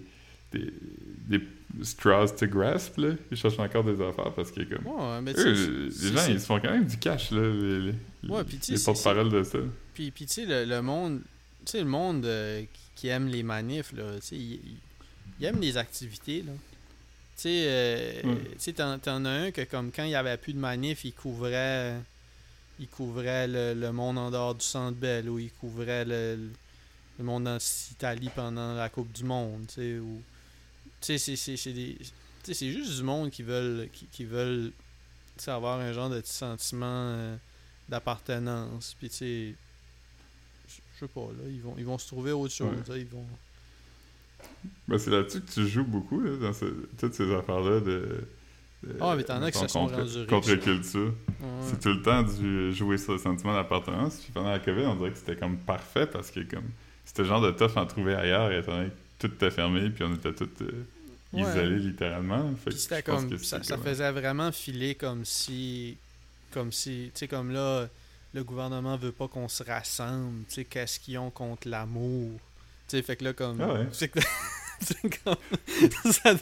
Speaker 2: straws to grasp, là. Ils cherchent encore des affaires, parce que, comme...
Speaker 1: Ouais, mais
Speaker 2: eux, les gens, ils se font quand même du cash, là, les porte-paroles de ça.
Speaker 1: Puis tu sais, le monde... Tu sais, le monde qui aime les manifs, là, tu sais, il aime les activités, là. Tu sais, t'en as un que, comme, quand il n'y avait plus de manifs, il couvrait le monde en dehors du Centre Bell, ou il couvrait le monde en Italie pendant la Coupe du Monde, tu sais, ou... Tu sais, c'est juste du monde qui veulent avoir un genre de petit sentiment d'appartenance, puis tu sais, je sais pas, là, ils vont se trouver autre chose, là, ils vont...
Speaker 2: Ben, c'est là-dessus que tu joues beaucoup, là, dans toutes ces affaires-là
Speaker 1: Ah, mais t'en as qui se sont rendus riches.
Speaker 2: contre-culture.
Speaker 1: Ouais.
Speaker 2: C'est tout le temps du jouer sur le sentiment d'appartenance. Puis pendant la COVID, on dirait que c'était comme parfait parce que comme c'était le genre de tough en trouver ailleurs, étant donné que tout était fermé, puis on était tous isolés littéralement. Fait
Speaker 1: puis c'était comme ça faisait vraiment filer comme si tu sais, comme là, le gouvernement veut pas qu'on se rassemble, tu sais, qu'est-ce qu'ils ont contre l'amour, tu sais, fait que là, comme c'est comme ça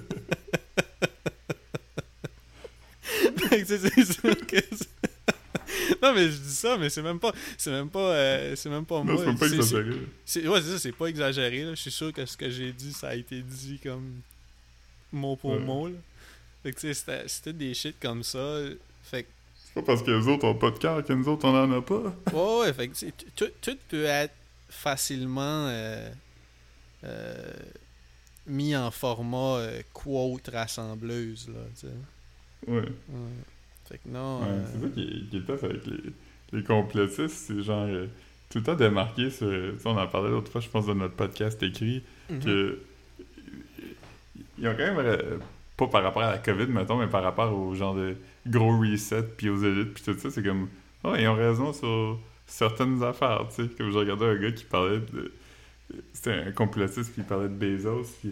Speaker 1: c'est sûr que non, mais je dis ça, mais c'est même pas moi.
Speaker 2: Non, c'est même pas exagéré.
Speaker 1: Ouais, c'est ça, c'est pas exagéré, là. Je suis sûr que ce que j'ai dit, ça a été dit comme mot pour mot, là. Fait que tu sais, c'était des shit comme ça. Fait que,
Speaker 2: C'est pas parce que les autres ont pas de cœur que nous autres, on en a pas.
Speaker 1: ouais, fait que tu sais, tout peut être facilement euh, mis en format quote rassembleuse, là, tu sais.
Speaker 2: Ouais.
Speaker 1: Ouais. Fait que non.
Speaker 2: Ouais, c'est ça qui est tough avec les complotistes, c'est genre tout le temps démarqué sur. Tu sais, on en parlait l'autre fois, je pense, dans notre podcast écrit,
Speaker 1: Mhm.
Speaker 2: que ils ont quand même. Pas par rapport à la COVID, mettons, mais par rapport au genre de gros reset, puis aux élites, puis tout ça, c'est comme. Oh, ils ont raison sur certaines affaires, tu sais. Comme je regardais un gars qui parlait de. C'était un complotiste, puis il parlait de Bezos, puis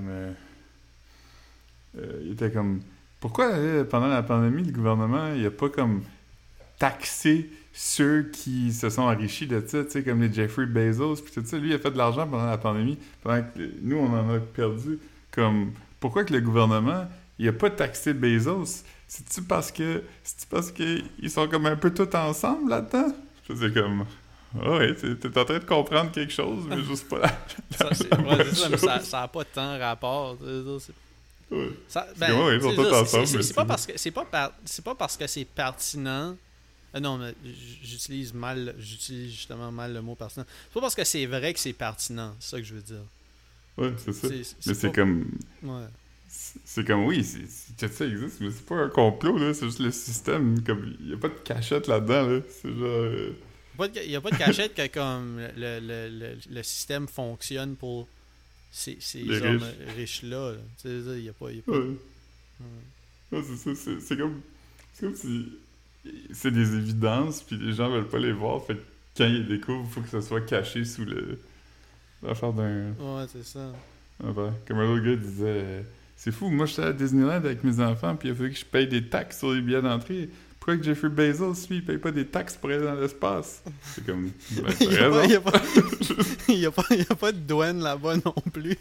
Speaker 2: il était comme. Pourquoi, pendant la pandémie, le gouvernement, il a pas comme taxer ceux qui se sont enrichis de ça, tu sais, comme les Jeffrey Bezos, puis tout ça. Lui, il a fait de l'argent pendant la pandémie, pendant que nous, on en a perdu. Comme, pourquoi que le gouvernement, il a pas taxé Bezos? C'est-tu parce que ils sont comme un peu tous ensemble là-dedans? C'est comme, ah ouais, t'es en train de comprendre quelque chose, mais juste pas la
Speaker 1: Ouais,
Speaker 2: bonne
Speaker 1: c'est ça, mais
Speaker 2: chose.
Speaker 1: ça a pas tant rapport.
Speaker 2: Ouais. C'est comme,
Speaker 1: Ben,
Speaker 2: ouais, ils sont
Speaker 1: tu sais,
Speaker 2: tous ensemble, mais
Speaker 1: c'est pas parce que c'est pas parce que c'est pertinent. Non, mais j'utilise justement mal le mot pertinent. C'est pas parce que c'est vrai que c'est pertinent, c'est ça que je veux dire.
Speaker 2: Ouais, c'est ça. Mais
Speaker 1: C'est
Speaker 2: c'est
Speaker 1: pas.
Speaker 2: comme,
Speaker 1: Ouais.
Speaker 2: c'est comme, oui, que ça existe, mais c'est pas un complot, là. C'est juste le système. Comme, il y a pas de cachette là-dedans, là. C'est genre.
Speaker 1: Il y a pas de cachette que comme le système fonctionne pour ces
Speaker 2: Les
Speaker 1: hommes
Speaker 2: riches.
Speaker 1: riches-là. Là. Tu sais, il y a pas.
Speaker 2: Ouais.
Speaker 1: Ouais.
Speaker 2: Ouais, c'est ça. C'est comme. C'est comme si. C'est des évidences, puis les gens veulent pas les voir. Fait que quand ils les découvrent, il faut que ça soit caché sous le. L'affaire d'un.
Speaker 1: Ouais, c'est ça.
Speaker 2: Enfin, comme un autre gars disait. C'est fou, moi j'étais à Disneyland avec mes enfants, puis il a fallu que je paye des taxes sur les billets d'entrée. Pourquoi que Jeffrey Bezos, lui, il paye pas des taxes pour aller dans l'espace? C'est comme. Ben,
Speaker 1: Il y
Speaker 2: t'as
Speaker 1: a pas,
Speaker 2: raison.
Speaker 1: il y a pas, il y a pas de douane là-bas non plus.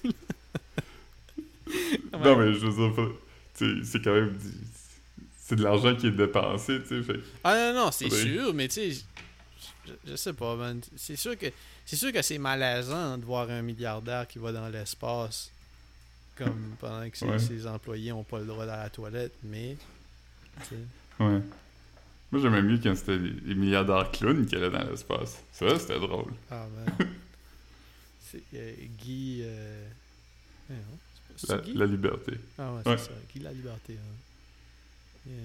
Speaker 2: Non, mais je veux dire, tu sais, c'est quand même. C'est de l'argent qui est dépensé, tu sais. Fait que
Speaker 1: Ah non, c'est
Speaker 2: faudrait-
Speaker 1: sûr, mais tu sais, je sais pas, man. C'est sûr que c'est malaisant de voir un milliardaire qui va dans l'espace comme pendant que
Speaker 2: Ouais.
Speaker 1: ses employés ont pas le droit d'aller à la toilette, mais tu sais.
Speaker 2: Ouais. Moi, j'aimais mieux quand c'était les milliardaires clowns qui allaient dans l'espace. Ça, c'était drôle.
Speaker 1: Ah man. C'est Guy non, c'est Guy?
Speaker 2: La liberté.
Speaker 1: Ah ouais,
Speaker 2: Ouais.
Speaker 1: c'est ça, Guy la liberté. Hein. Yeah.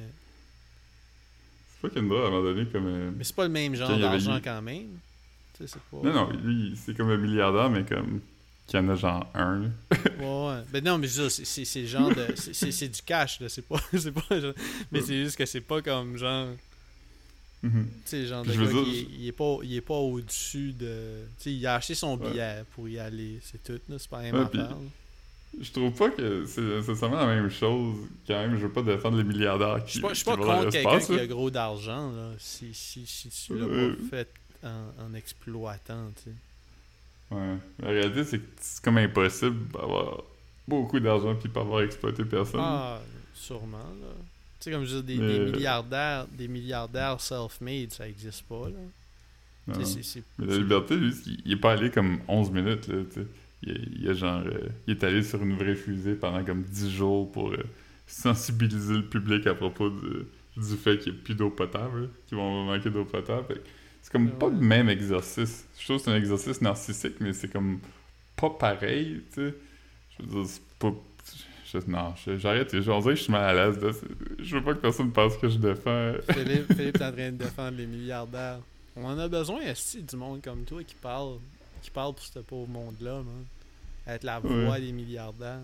Speaker 2: C'est pas qu'une drôle à un moment donné, comme.
Speaker 1: Mais c'est pas le même genre
Speaker 2: Quand il y avait
Speaker 1: d'argent
Speaker 2: eu-
Speaker 1: quand même. Tu sais, c'est pas.
Speaker 2: Non, non, lui, c'est comme un milliardaire, mais comme. Qu'il y en a genre un, là.
Speaker 1: Ouais. Ben non, mais je veux dire, c'est le genre de. C'est du cash, là. C'est pas. C'est pas genre- mais c'est juste que c'est pas comme genre.
Speaker 2: Mhm.
Speaker 1: Tu sais, genre de
Speaker 2: Puis je veux
Speaker 1: gars
Speaker 2: dire,
Speaker 1: il est pas au-dessus de. Tu sais, il a acheté son
Speaker 2: Ouais.
Speaker 1: billet pour y aller. C'est tout, là. C'est pas la
Speaker 2: Ouais,
Speaker 1: même
Speaker 2: puis-
Speaker 1: affaire. Là.
Speaker 2: Je trouve pas que c'est nécessairement la même chose. Quand même, je veux pas défendre les milliardaires
Speaker 1: Je
Speaker 2: qui,
Speaker 1: suis pas
Speaker 2: qui vont dans
Speaker 1: contre quelqu'un
Speaker 2: l'espace,
Speaker 1: qui
Speaker 2: là.
Speaker 1: a gros d'argent, là. Si tu l'as
Speaker 2: Ouais.
Speaker 1: pas fait en exploitant, tu sais.
Speaker 2: Ouais. La réalité, c'est que c'est comme impossible d'avoir beaucoup d'argent puis pas avoir exploité personne.
Speaker 1: Ah, sûrement, là. Tu sais, comme je dis,
Speaker 2: Mais-
Speaker 1: des milliardaires self-made, ça existe pas, là.
Speaker 2: Non.
Speaker 1: Tu sais,
Speaker 2: Mais la liberté, lui, il est pas allé comme 11 minutes, là, tu sais. Il a genre... il est allé sur une vraie fusée pendant comme 10 jours pour sensibiliser le public à propos du fait qu'il n'y a plus d'eau potable, là, qu'ils vont manquer d'eau potable. Fait que c'est comme pas
Speaker 1: Ouais.
Speaker 2: le même exercice. Je trouve que c'est un exercice narcissique, mais c'est comme pas pareil, tu sais. Je veux dire, c'est pas... non, j'arrête. On dirait que je suis mal à l'aise. Là. Je veux pas que personne pense que je défends...
Speaker 1: Philippe est en train de défendre les milliardaires. On en a besoin, esti, du monde comme toi qui parle pour ce pauvre monde-là, man. Être la voix
Speaker 2: Ouais.
Speaker 1: des milliardaires.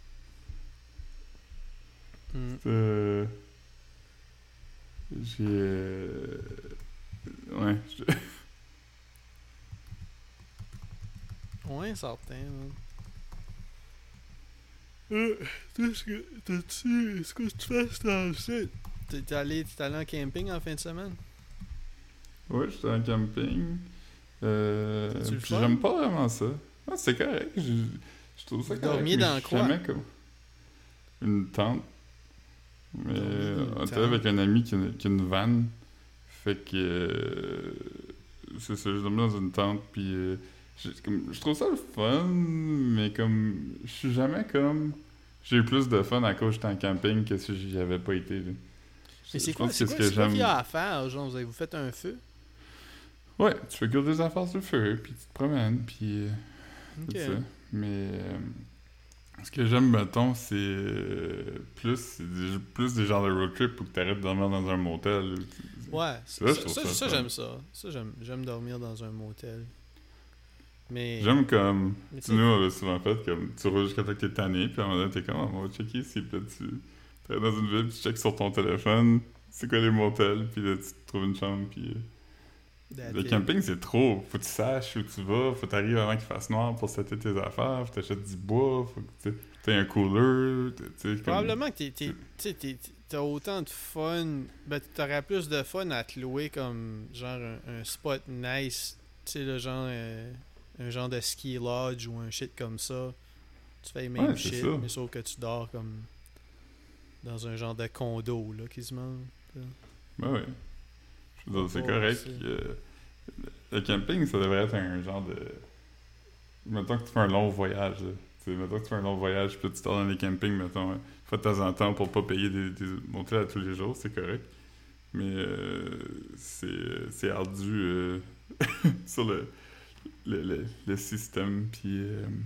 Speaker 1: Hmm.
Speaker 2: J'ai... ouais.
Speaker 1: Ouais, certain, man. Est-ce que tu fais dans le sud? T'es allé en camping en fin de semaine?
Speaker 2: Ouais, j'étais en camping.
Speaker 1: C'est-tu le
Speaker 2: Puis
Speaker 1: fun?
Speaker 2: j'aime pas vraiment ça. Ouais, c'est correct. Je trouve ça
Speaker 1: Vous
Speaker 2: correct.
Speaker 1: dormiez
Speaker 2: mais
Speaker 1: dans
Speaker 2: je suis
Speaker 1: quoi?
Speaker 2: jamais comme... Une tente. Mais
Speaker 1: Dormiez dans une
Speaker 2: on était
Speaker 1: tente.
Speaker 2: avec un ami qui a une vanne. Fait que... c'est ça, je dormais dans une tente. Puis je trouve ça le fun, mais comme... Je suis jamais comme... J'ai eu plus de fun à cause j'étais en camping que si j'y avais pas été. Là.
Speaker 1: Mais c'est
Speaker 2: Je
Speaker 1: quoi,
Speaker 2: pense
Speaker 1: c'est
Speaker 2: que
Speaker 1: quoi,
Speaker 2: ce que
Speaker 1: c'est quoi qu'il y
Speaker 2: j'aime.
Speaker 1: a à faire, genre, vous fait un feu?
Speaker 2: Ouais, tu fais cuire des affaires sur le feu, puis tu te promènes, puis
Speaker 1: Ok.
Speaker 2: c'est ça. Mais ce que j'aime, mettons, c'est plus des genres de road trip où tu arrêtes de dormir dans un motel.
Speaker 1: Ouais,
Speaker 2: Ça, je trouve
Speaker 1: ça
Speaker 2: fun.
Speaker 1: j'aime ça. Ça, j'aime dormir dans un motel. Mais,
Speaker 2: J'aime comme.
Speaker 1: mais tu
Speaker 2: Tu nous,
Speaker 1: sais,
Speaker 2: on l'a souvent fait, comme tu roules jusqu'à temps que t'es tanné, puis à un moment donné, t'es comme, on va checker ici, puis là, tu es dans une ville, puis tu checkes sur ton téléphone, c'est quoi les motels, puis là, tu te trouves une chambre, puis.
Speaker 1: that's
Speaker 2: Le
Speaker 1: it.
Speaker 2: camping, c'est trop. Faut que tu saches où tu vas, faut que t'arrives avant qu'il fasse noir pour setter tes affaires, faut que t'achètes du bois, faut que tu aies un cooler, tu sais, comme.
Speaker 1: Probablement que t'as autant de fun. Ben, t'aurais plus de fun à te louer comme genre un spot nice. Tu sais, le genre. Un genre de ski lodge ou un shit comme ça. Tu fais le même
Speaker 2: Ouais, c'est
Speaker 1: shit,
Speaker 2: ça.
Speaker 1: mais sauf que tu dors comme dans un genre de condo, là, quasiment.
Speaker 2: Ben oui. Je veux dire, c'est
Speaker 1: Oh,
Speaker 2: correct. Le camping, ça devrait être un genre de. Mettons que tu fais un long voyage, là. Tu sais, mettons que tu fais un long voyage, puis là, tu dors dans les campings, mettons, une fois de temps en temps pour pas payer des montées à tous les jours, c'est correct. Mais c'est ardu sur le système, puis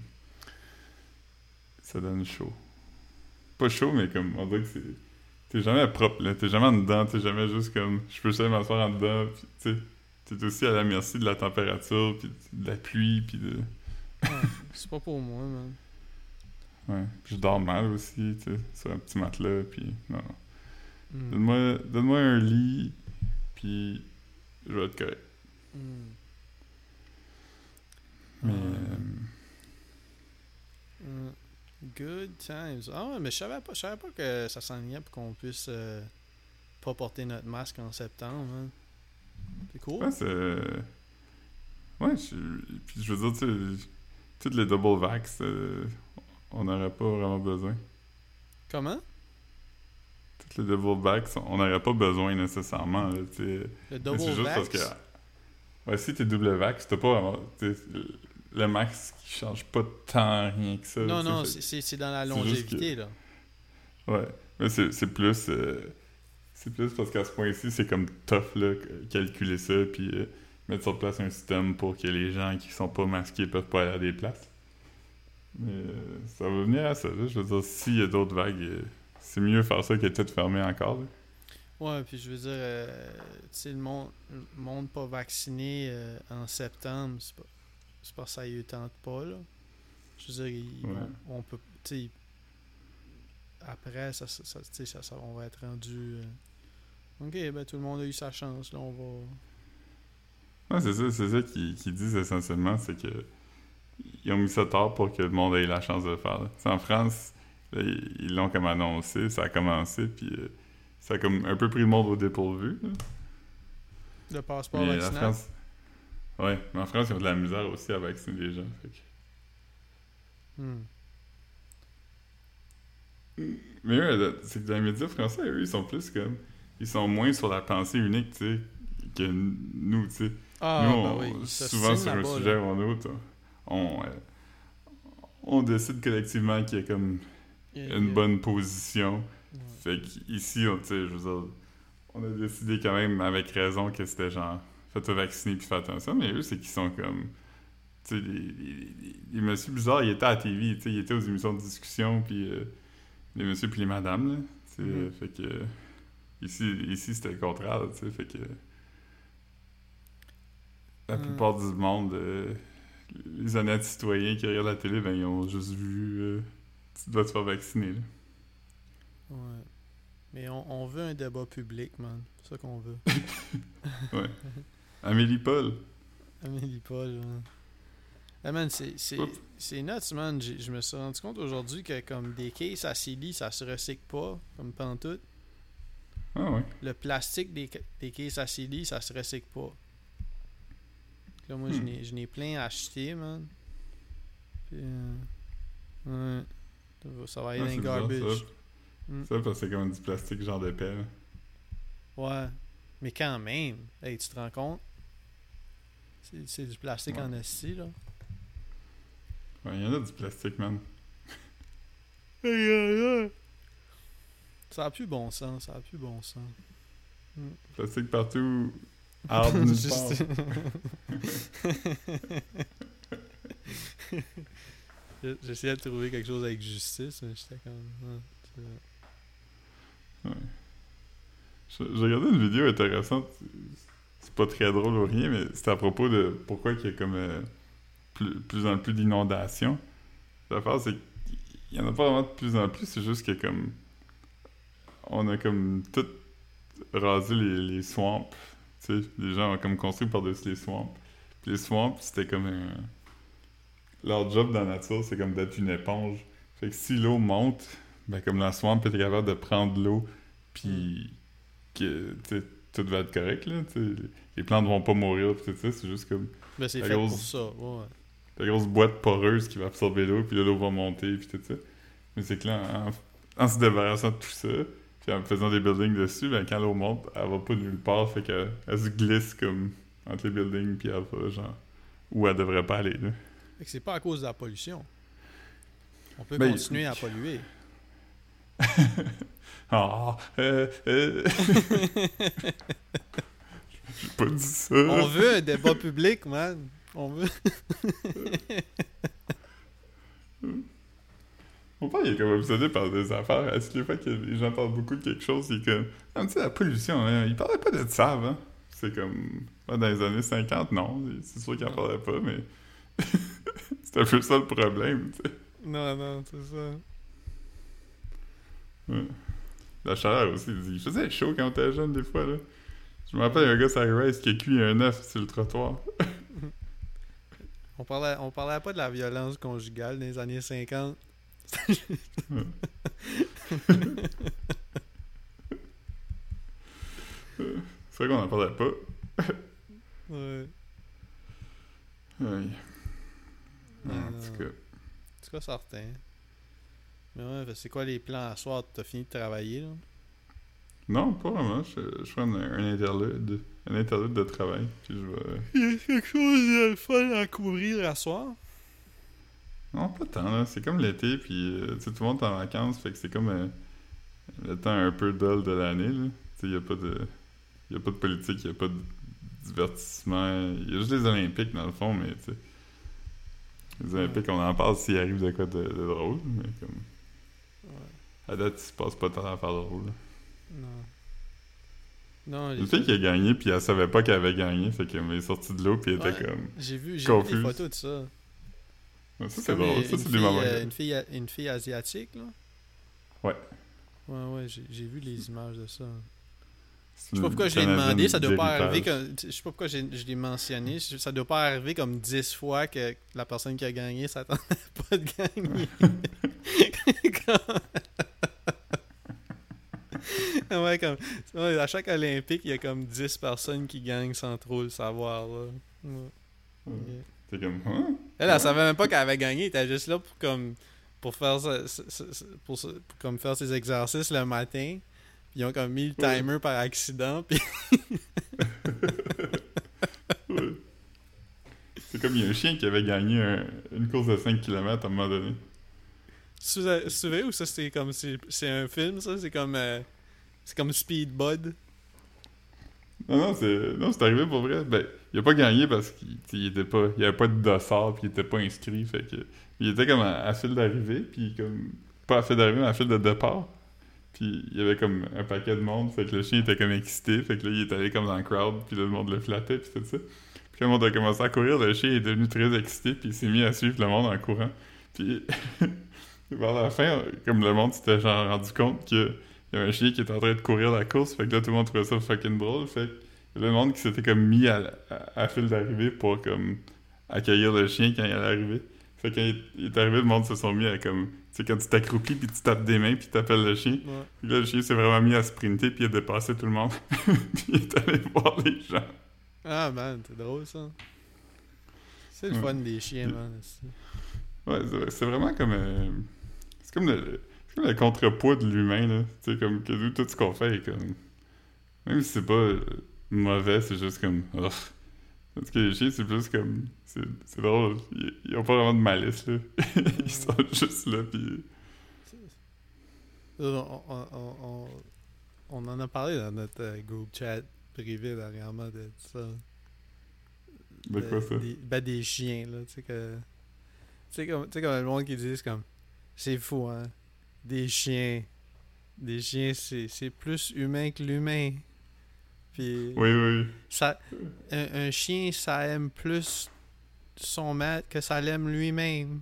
Speaker 2: ça donne chaud. Pas chaud, mais comme, on dirait que c'est. T'es jamais propre, là. T'es jamais en dedans, t'es jamais juste comme. Je peux jamais m'asseoir en dedans, puis tu sais. T'es aussi à la merci de la température, puis de la pluie, puis de.
Speaker 1: Ouais, c'est pas pour moi, man.
Speaker 2: Ouais. Puis je dors mal aussi, tu sais, sur un petit matelas, puis non.
Speaker 1: Mm.
Speaker 2: Donne-moi un lit, puis je vais être correct.
Speaker 1: Mm.
Speaker 2: Mais.
Speaker 1: Mm. Good times. Ah ouais, mais je savais pas que ça s'enlignait pour qu'on puisse pas porter notre masque en septembre, man. C'est cool.
Speaker 2: Ouais, c'est. Ouais, puis je veux dire, tu sais, toutes les double vax, on n'aurait pas vraiment besoin.
Speaker 1: Comment?
Speaker 2: Toutes les double vax, on n'aurait pas besoin nécessairement, là, tu sais.
Speaker 1: Le
Speaker 2: Mais
Speaker 1: double
Speaker 2: c'est juste parce
Speaker 1: vax?
Speaker 2: que. Ouais, si t'es double vax, t'as pas vraiment. Le max qui change pas tant rien que ça.
Speaker 1: Non,
Speaker 2: tu sais,
Speaker 1: non,
Speaker 2: fait
Speaker 1: c'est dans la
Speaker 2: c'est juste que-
Speaker 1: longévité, là.
Speaker 2: Ouais. Mais c'est plus. C'est plus parce qu'à ce point-ci, c'est comme tough, là, calculer ça, puis mettre sur place un système pour que les gens qui sont pas masqués peuvent pas aller à des places. Mais ça va venir à ça, là. Je veux dire, s'il y a d'autres vagues, c'est mieux faire ça que de tout fermer encore, là.
Speaker 1: Ouais, puis je veux dire, tu sais, le monde pas vacciné en septembre, c'est pas ça, il tente pas, là. Je veux dire,
Speaker 2: Ouais.
Speaker 1: on peut, tu sais, après, tu sais, on va être rendu. Ok, ben tout le monde a eu sa chance, là, on va.
Speaker 2: Ouais, c'est ça qu'ils disent essentiellement, c'est que ils ont mis ça tard pour que le monde ait la chance de le faire, là. Tu sais, en France, là, ils l'ont comme annoncé, ça a commencé, puis ça a comme un peu pris le monde au dépourvu, là.
Speaker 1: Le passeport
Speaker 2: Mais la
Speaker 1: vaccinal.
Speaker 2: France... Ouais, mais en France, ils ont de la misère aussi à vacciner les gens, fait que...
Speaker 1: Hmm.
Speaker 2: Mais eux, c'est que dans les médias français, eux, ils sont plus comme... Ils sont moins sur la pensée unique, tu sais, que nous, tu sais.
Speaker 1: Ah,
Speaker 2: Nous,
Speaker 1: ben oui, ils
Speaker 2: souvent
Speaker 1: s'ostinent
Speaker 2: sur un
Speaker 1: là-bas,
Speaker 2: sujet
Speaker 1: là.
Speaker 2: ou un autre, on décide collectivement qu'il y a comme une bonne position.
Speaker 1: Ouais.
Speaker 2: Fait qu'ici, tu sais, je veux dire, on a décidé quand même avec raison que c'était genre, faites-toi vacciner puis faites attention, mais eux, c'est qu'ils sont comme, tu sais, les messieurs bizarres, ils étaient à la TV, tu sais, ils étaient aux émissions de discussion, puis les messieurs puis les madames, là, tu sais,
Speaker 1: Mhm.
Speaker 2: fait que, ici c'était le contraire, tu sais, fait que, la plupart du monde, les honnêtes citoyens qui regardent la télé, ben, ils ont juste vu, tu dois te faire vacciner, là.
Speaker 1: Ouais. Mais on veut un débat public, man. C'est ça qu'on veut.
Speaker 2: Ouais. Amélie Paul.
Speaker 1: Amélie Paul, man. Ah, man,
Speaker 2: Oups.
Speaker 1: c'est nuts, man. Je me suis rendu compte aujourd'hui que comme des cases à CELI, ça se recycle pas, comme pantoute.
Speaker 2: Ah ouais.
Speaker 1: Le plastique des cases à CELI, ça se recycle pas. Là, moi, je n'ai plein à acheter, man. Puis, ouais. Ça va aller
Speaker 2: Ah,
Speaker 1: dans
Speaker 2: c'est
Speaker 1: le
Speaker 2: bizarre,
Speaker 1: garbage.
Speaker 2: ça.
Speaker 1: Mm.
Speaker 2: Ça, parce que c'est comme du plastique genre d'épais, là.
Speaker 1: Ouais. Mais quand même, hey, tu te rends compte? C'est du plastique
Speaker 2: Ouais.
Speaker 1: en esti, là.
Speaker 2: Ouais, il y en a du plastique, man.
Speaker 1: Ça a plus bon sens, ça a plus bon sens.
Speaker 2: Plastique partout, arbre nulle
Speaker 1: Juste-
Speaker 2: part.
Speaker 1: J'essayais de trouver quelque chose avec justice, mais j'étais comme...
Speaker 2: Ouais. J'ai regardé une vidéo intéressante. C'est pas très drôle ou rien, mais c'est à propos de pourquoi il y a comme plus en plus d'inondations. L'affaire, c'est qu'il y en a pas vraiment de plus en plus, c'est juste que comme on a comme tout rasé les swamps. Tu sais, les gens ont comme construit par-dessus les swamps. Puis les swamps, c'était comme leur job dans la nature, c'est comme d'être une éponge. Fait que si l'eau monte, ben comme la swamp est capable de prendre l'eau, puis que tu sais, tout va être correct, là. Tu sais, les plantes vont pas mourir, pis tout ça, c'est juste comme
Speaker 1: Ben, c'est
Speaker 2: la
Speaker 1: fait
Speaker 2: grosse,
Speaker 1: pour ça, ouais.
Speaker 2: la grosse boîte poreuse qui va absorber l'eau, puis là, l'eau va monter, puis tout ça. Mais c'est que là, en se débarrassant de tout ça, puis en faisant des buildings dessus, ben quand l'eau monte, elle va pas nulle part, fait qu'elle se glisse comme entre les buildings, puis elle va genre où elle devrait pas aller, là.
Speaker 1: Fait que c'est pas à cause de la pollution. On peut
Speaker 2: Ben,
Speaker 1: continuer à polluer.
Speaker 2: Ah, j'ai pas dit ça.
Speaker 1: On veut un débat public, man. On veut...
Speaker 2: Mon père, il est comme obsédé par des affaires. Est-ce que le fait que les gens parlent beaucoup de quelque chose, il est comme... Ah, tu sais, la pollution, hein, il parlait pas de ça avant. C'est comme... Dans les années 50, non. C'est sûr qu'il en parlait pas, mais... c'est un peu ça le problème, tu sais.
Speaker 1: Non, c'est ça.
Speaker 2: Ouais. La chaleur aussi, il faisait chaud quand on était jeune, des fois, là. Je me rappelle, il y a un gars sur Race qui a cuit un œuf sur le trottoir.
Speaker 1: On parlait pas de la violence conjugale dans les années 50.
Speaker 2: C'est vrai qu'on en parlait pas.
Speaker 1: Ouais.
Speaker 2: Oui. En tout cas.
Speaker 1: C'est quoi certain. Mais ouais, c'est quoi les plans à soir? T'as fini de travailler, là?
Speaker 2: Non, pas vraiment. Je fais un interlude. Un interlude de travail. Puis je vais...
Speaker 1: Il y a quelque chose de fun à couvrir à soir?
Speaker 2: Non, pas tant, là. C'est comme l'été, puis tu sais, tout le monde est en vacances, fait que c'est comme le temps un peu dull de l'année, là. Tu sais, il y a pas de politique, il y a pas de divertissement. Il y a juste les Olympiques, dans le fond, mais tu sais... Les Olympiques, on en parle s'il arrive de quoi de drôle, mais comme...
Speaker 1: Ouais.
Speaker 2: À date, il se passe pas tant d'affaires drôles, là.
Speaker 1: Non,
Speaker 2: Le fait qu'il a gagné, puis elle savait pas qu'elle avait gagné, fait qu'elle est sortie de l'eau, puis elle était comme...
Speaker 1: J'ai vu des
Speaker 2: confuse.
Speaker 1: photos de ça.
Speaker 2: Ouais, ça, c'est drôle. Ça, c'est des moments.
Speaker 1: Une fille asiatique, là?
Speaker 2: Ouais.
Speaker 1: Ouais, j'ai vu les images de ça.
Speaker 2: C'est
Speaker 1: Je sais pas
Speaker 2: une
Speaker 1: pourquoi je l'ai
Speaker 2: Canadienne
Speaker 1: demandé, ça doit pas
Speaker 2: d'héritage.
Speaker 1: arriver comme... Je sais pas pourquoi je l'ai mentionné, ça doit pas arriver comme 10 fois que la personne qui a gagné s'attendait pas de gagner. Ouais, à chaque Olympique, il y a comme 10 personnes qui gagnent sans trop le savoir, là. Ouais.
Speaker 2: Ouais.
Speaker 1: Ok.
Speaker 2: T'es comme... Hein?
Speaker 1: Elle savait même pas qu'elle avait gagné, elle était juste là pour faire pour comme faire ses exercices le matin. Puis ils ont comme mis le timer par accident, puis
Speaker 2: Ouais. C'est comme il y a un chien qui avait gagné une course de 5 km à un moment donné.
Speaker 1: c'est vrai ou ça c'est un film, ça? C'est comme Speed Bud.
Speaker 2: Non, c'est arrivé pour vrai. Ben, il a pas gagné parce qu'il était pas... Il y avait pas de dossard, puis il était pas inscrit, fait que... Il était comme à file d'arrivée, puis comme... Pas à file d'arrivée, mais à file de départ. Puis il y avait comme un paquet de monde, fait que le chien était comme excité, fait que là, il est allé comme dans le crowd, puis là, le monde le flattait, puis tout ça. Puis quand le monde a commencé à courir, le chien est devenu très excité, puis il s'est mis à suivre le monde en courant. Puis vers la fin, comme le monde s'était genre rendu compte qu'il y avait un chien qui était en train de courir la course, fait que là, tout le monde trouvait ça fucking drôle, fait que le monde qui s'était comme mis à file d'arrivée pour comme accueillir le chien quand il allait arriver. Fait que quand il est arrivé, le monde se sont mis à comme... Tu sais, quand tu t'accroupis, puis tu tapes des mains, puis tu t'appelles le chien.
Speaker 1: Ouais.
Speaker 2: Puis là, le chien s'est vraiment mis à sprinter, puis il a dépassé tout le monde. Puis il est allé voir les gens.
Speaker 1: Ah man, c'est drôle ça. C'est le
Speaker 2: Ouais.
Speaker 1: fun des chiens, man. aussi.
Speaker 2: Ouais, c'est vraiment comme... c'est comme le contrepoids de l'humain, là. Tu sais, comme que tout ce qu'on fait est comme... Même si c'est pas mauvais, c'est juste comme... Oh. Parce que les chiens, c'est plus comme... C'est drôle. Ils ont pas vraiment de malice, là. Ils sont juste là, puis...
Speaker 1: On en a parlé dans notre groupe chat privé dernièrement de ça.
Speaker 2: De quoi ça?
Speaker 1: Des chiens, là. Tu sais, comme le monde qui dit, c'est comme. C'est fou, hein. Des chiens. Des chiens, c'est plus humain que l'humain. Puis.
Speaker 2: Oui.
Speaker 1: Ça, un chien, ça aime plus son maître que ça l'aime lui-même.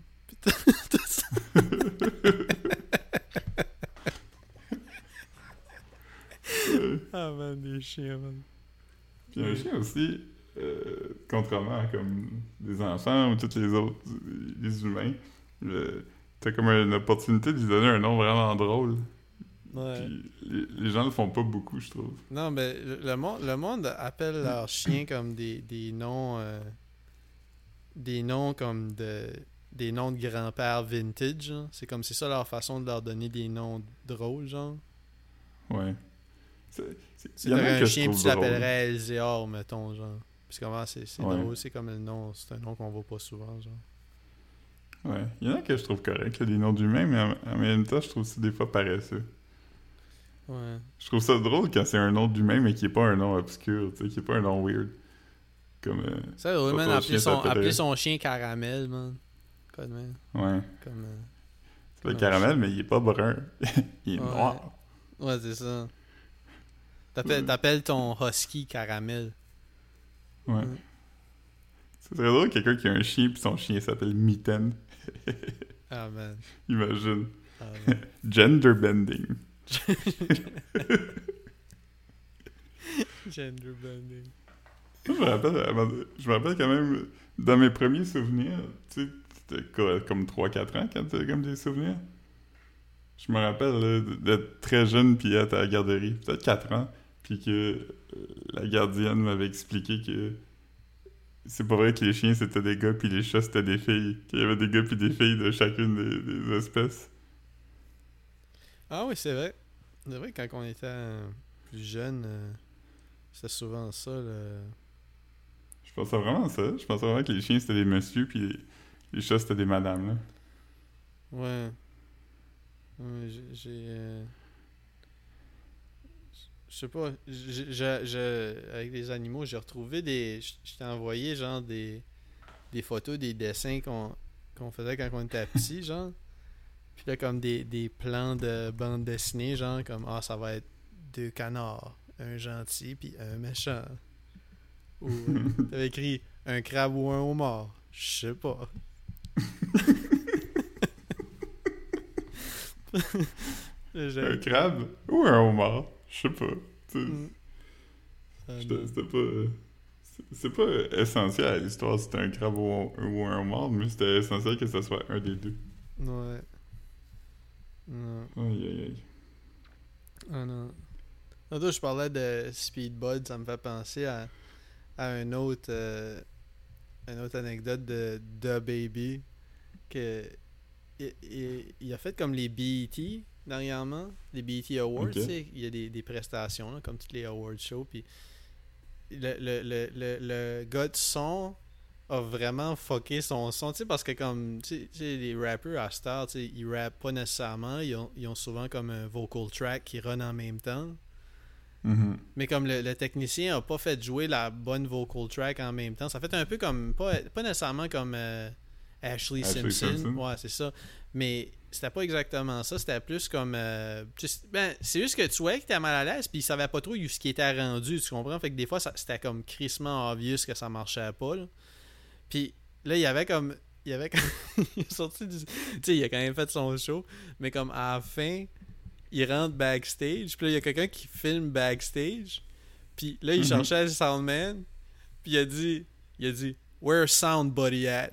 Speaker 1: Ah man, des chiens, man.
Speaker 2: Puis un chien aussi, contrairement à comme des enfants ou tous les autres, les humains, t'as comme une opportunité de lui donner un nom vraiment drôle.
Speaker 1: Ouais.
Speaker 2: Puis les gens le font pas beaucoup, je trouve.
Speaker 1: Non, mais le monde appelle leurs chiens comme des noms. Des noms comme des noms de grands-pères vintage. Genre. C'est ça leur façon de leur donner des noms drôles, genre.
Speaker 2: Ouais.
Speaker 1: Si
Speaker 2: Il y en a
Speaker 1: t'aurais
Speaker 2: que
Speaker 1: un
Speaker 2: je
Speaker 1: chien
Speaker 2: trouve
Speaker 1: puis tu
Speaker 2: drôle.
Speaker 1: l'appellerais Elzéor, mettons, genre. Puis comment c'est
Speaker 2: Ouais.
Speaker 1: drôle, c'est comme le nom, c'est un nom qu'on voit pas souvent, genre.
Speaker 2: Ouais. Il y en a que je trouve correct, là, des noms d'humains, mais en même temps, je trouve ça des fois paresseux.
Speaker 1: Ouais.
Speaker 2: Je trouve ça drôle quand c'est un nom d'humain, mais qui est pas un nom obscur, tu sais, qui est pas un nom weird. Comme.
Speaker 1: Ça, le man,
Speaker 2: Papa
Speaker 1: appeler
Speaker 2: chien s'appellerait-
Speaker 1: son chien Caramel, man. Quoi de même?
Speaker 2: Ouais.
Speaker 1: Comme.
Speaker 2: C'est le
Speaker 1: un
Speaker 2: caramel,
Speaker 1: chien.
Speaker 2: mais il est pas brun. Il est
Speaker 1: Ouais.
Speaker 2: noir.
Speaker 1: Ouais, c'est ça. T'appelles ton husky Caramel.
Speaker 2: Ouais. C'est très drôle, quelqu'un qui a un chien, puis son chien s'appelle Mitten.
Speaker 1: Ah, man.
Speaker 2: Imagine.
Speaker 1: Ah, man.
Speaker 2: Gender bending.
Speaker 1: Gender bending.
Speaker 2: Moi, je me rappelle quand même, dans mes premiers souvenirs, tu sais, c'était comme 3-4 ans quand t'as comme des souvenirs. Je me rappelle là, d'être très jeune puis être à la garderie, peut-être 4 ans, puis que la gardienne m'avait expliqué que c'est pas vrai que les chiens c'était des gars puis les chats c'était des filles, qu'il y avait des gars puis des filles de chacune des espèces.
Speaker 1: Ah oui, c'est vrai. C'est vrai, quand on était plus jeune, c'était souvent ça.
Speaker 2: Je pensais vraiment à ça. Je pensais vraiment que les chiens c'était des messieurs puis les chats c'était des madames, là.
Speaker 1: Ouais. Ouais, je sais pas. Avec les animaux, j'ai retrouvé des. Je t'ai envoyé genre des photos, des dessins qu'on faisait quand on était petit, genre. Puis là, comme des plans de bande dessinée, genre, comme ah, ça va être 2 canards, un gentil puis un méchant. Ou t'avais écrit un crabe ou un homard. Je sais pas.
Speaker 2: Un crabe ou un homard? Je sais pas. Tu sais, c'était pas... C'est pas essentiel à l'histoire si c'était un crabe ou un homard, mais c'était essentiel que ce soit un des deux.
Speaker 1: Ouais. Non.
Speaker 2: Aïe.
Speaker 1: Ah non. Tantôt, je parlais de Speedbud, ça me fait penser à une autre anecdote de The Baby que il a fait comme les BET dernièrement, les BET Awards,
Speaker 2: Ok.
Speaker 1: tu sais, il y a des prestations là, comme toutes les awards shows, puis le gars de son a vraiment fucké son son, tu sais, parce que comme tu sais, les rappeurs à Star, tu sais, ils rappent pas nécessairement, ils ont souvent comme un vocal track qui run en même temps.
Speaker 2: Mhm.
Speaker 1: Mais comme le technicien a pas fait jouer la bonne vocal track en même temps, ça fait un peu comme pas nécessairement comme Ashley Simpson. Ouais, c'est ça. Mais c'était pas exactement ça, c'était plus comme c'est juste que tu voyais qu'il était mal à l'aise puis il savait pas trop où ce qui était rendu, tu comprends? Fait que des fois c'était comme crissement obvious que ça marchait pas là. Puis là il y avait comme il est sorti du, tu sais, il a quand même fait son show, mais comme à la fin il rentre backstage, puis là, il y a quelqu'un qui filme backstage, puis là, il cherchait le soundman, puis il a dit, Where's Soundbody at?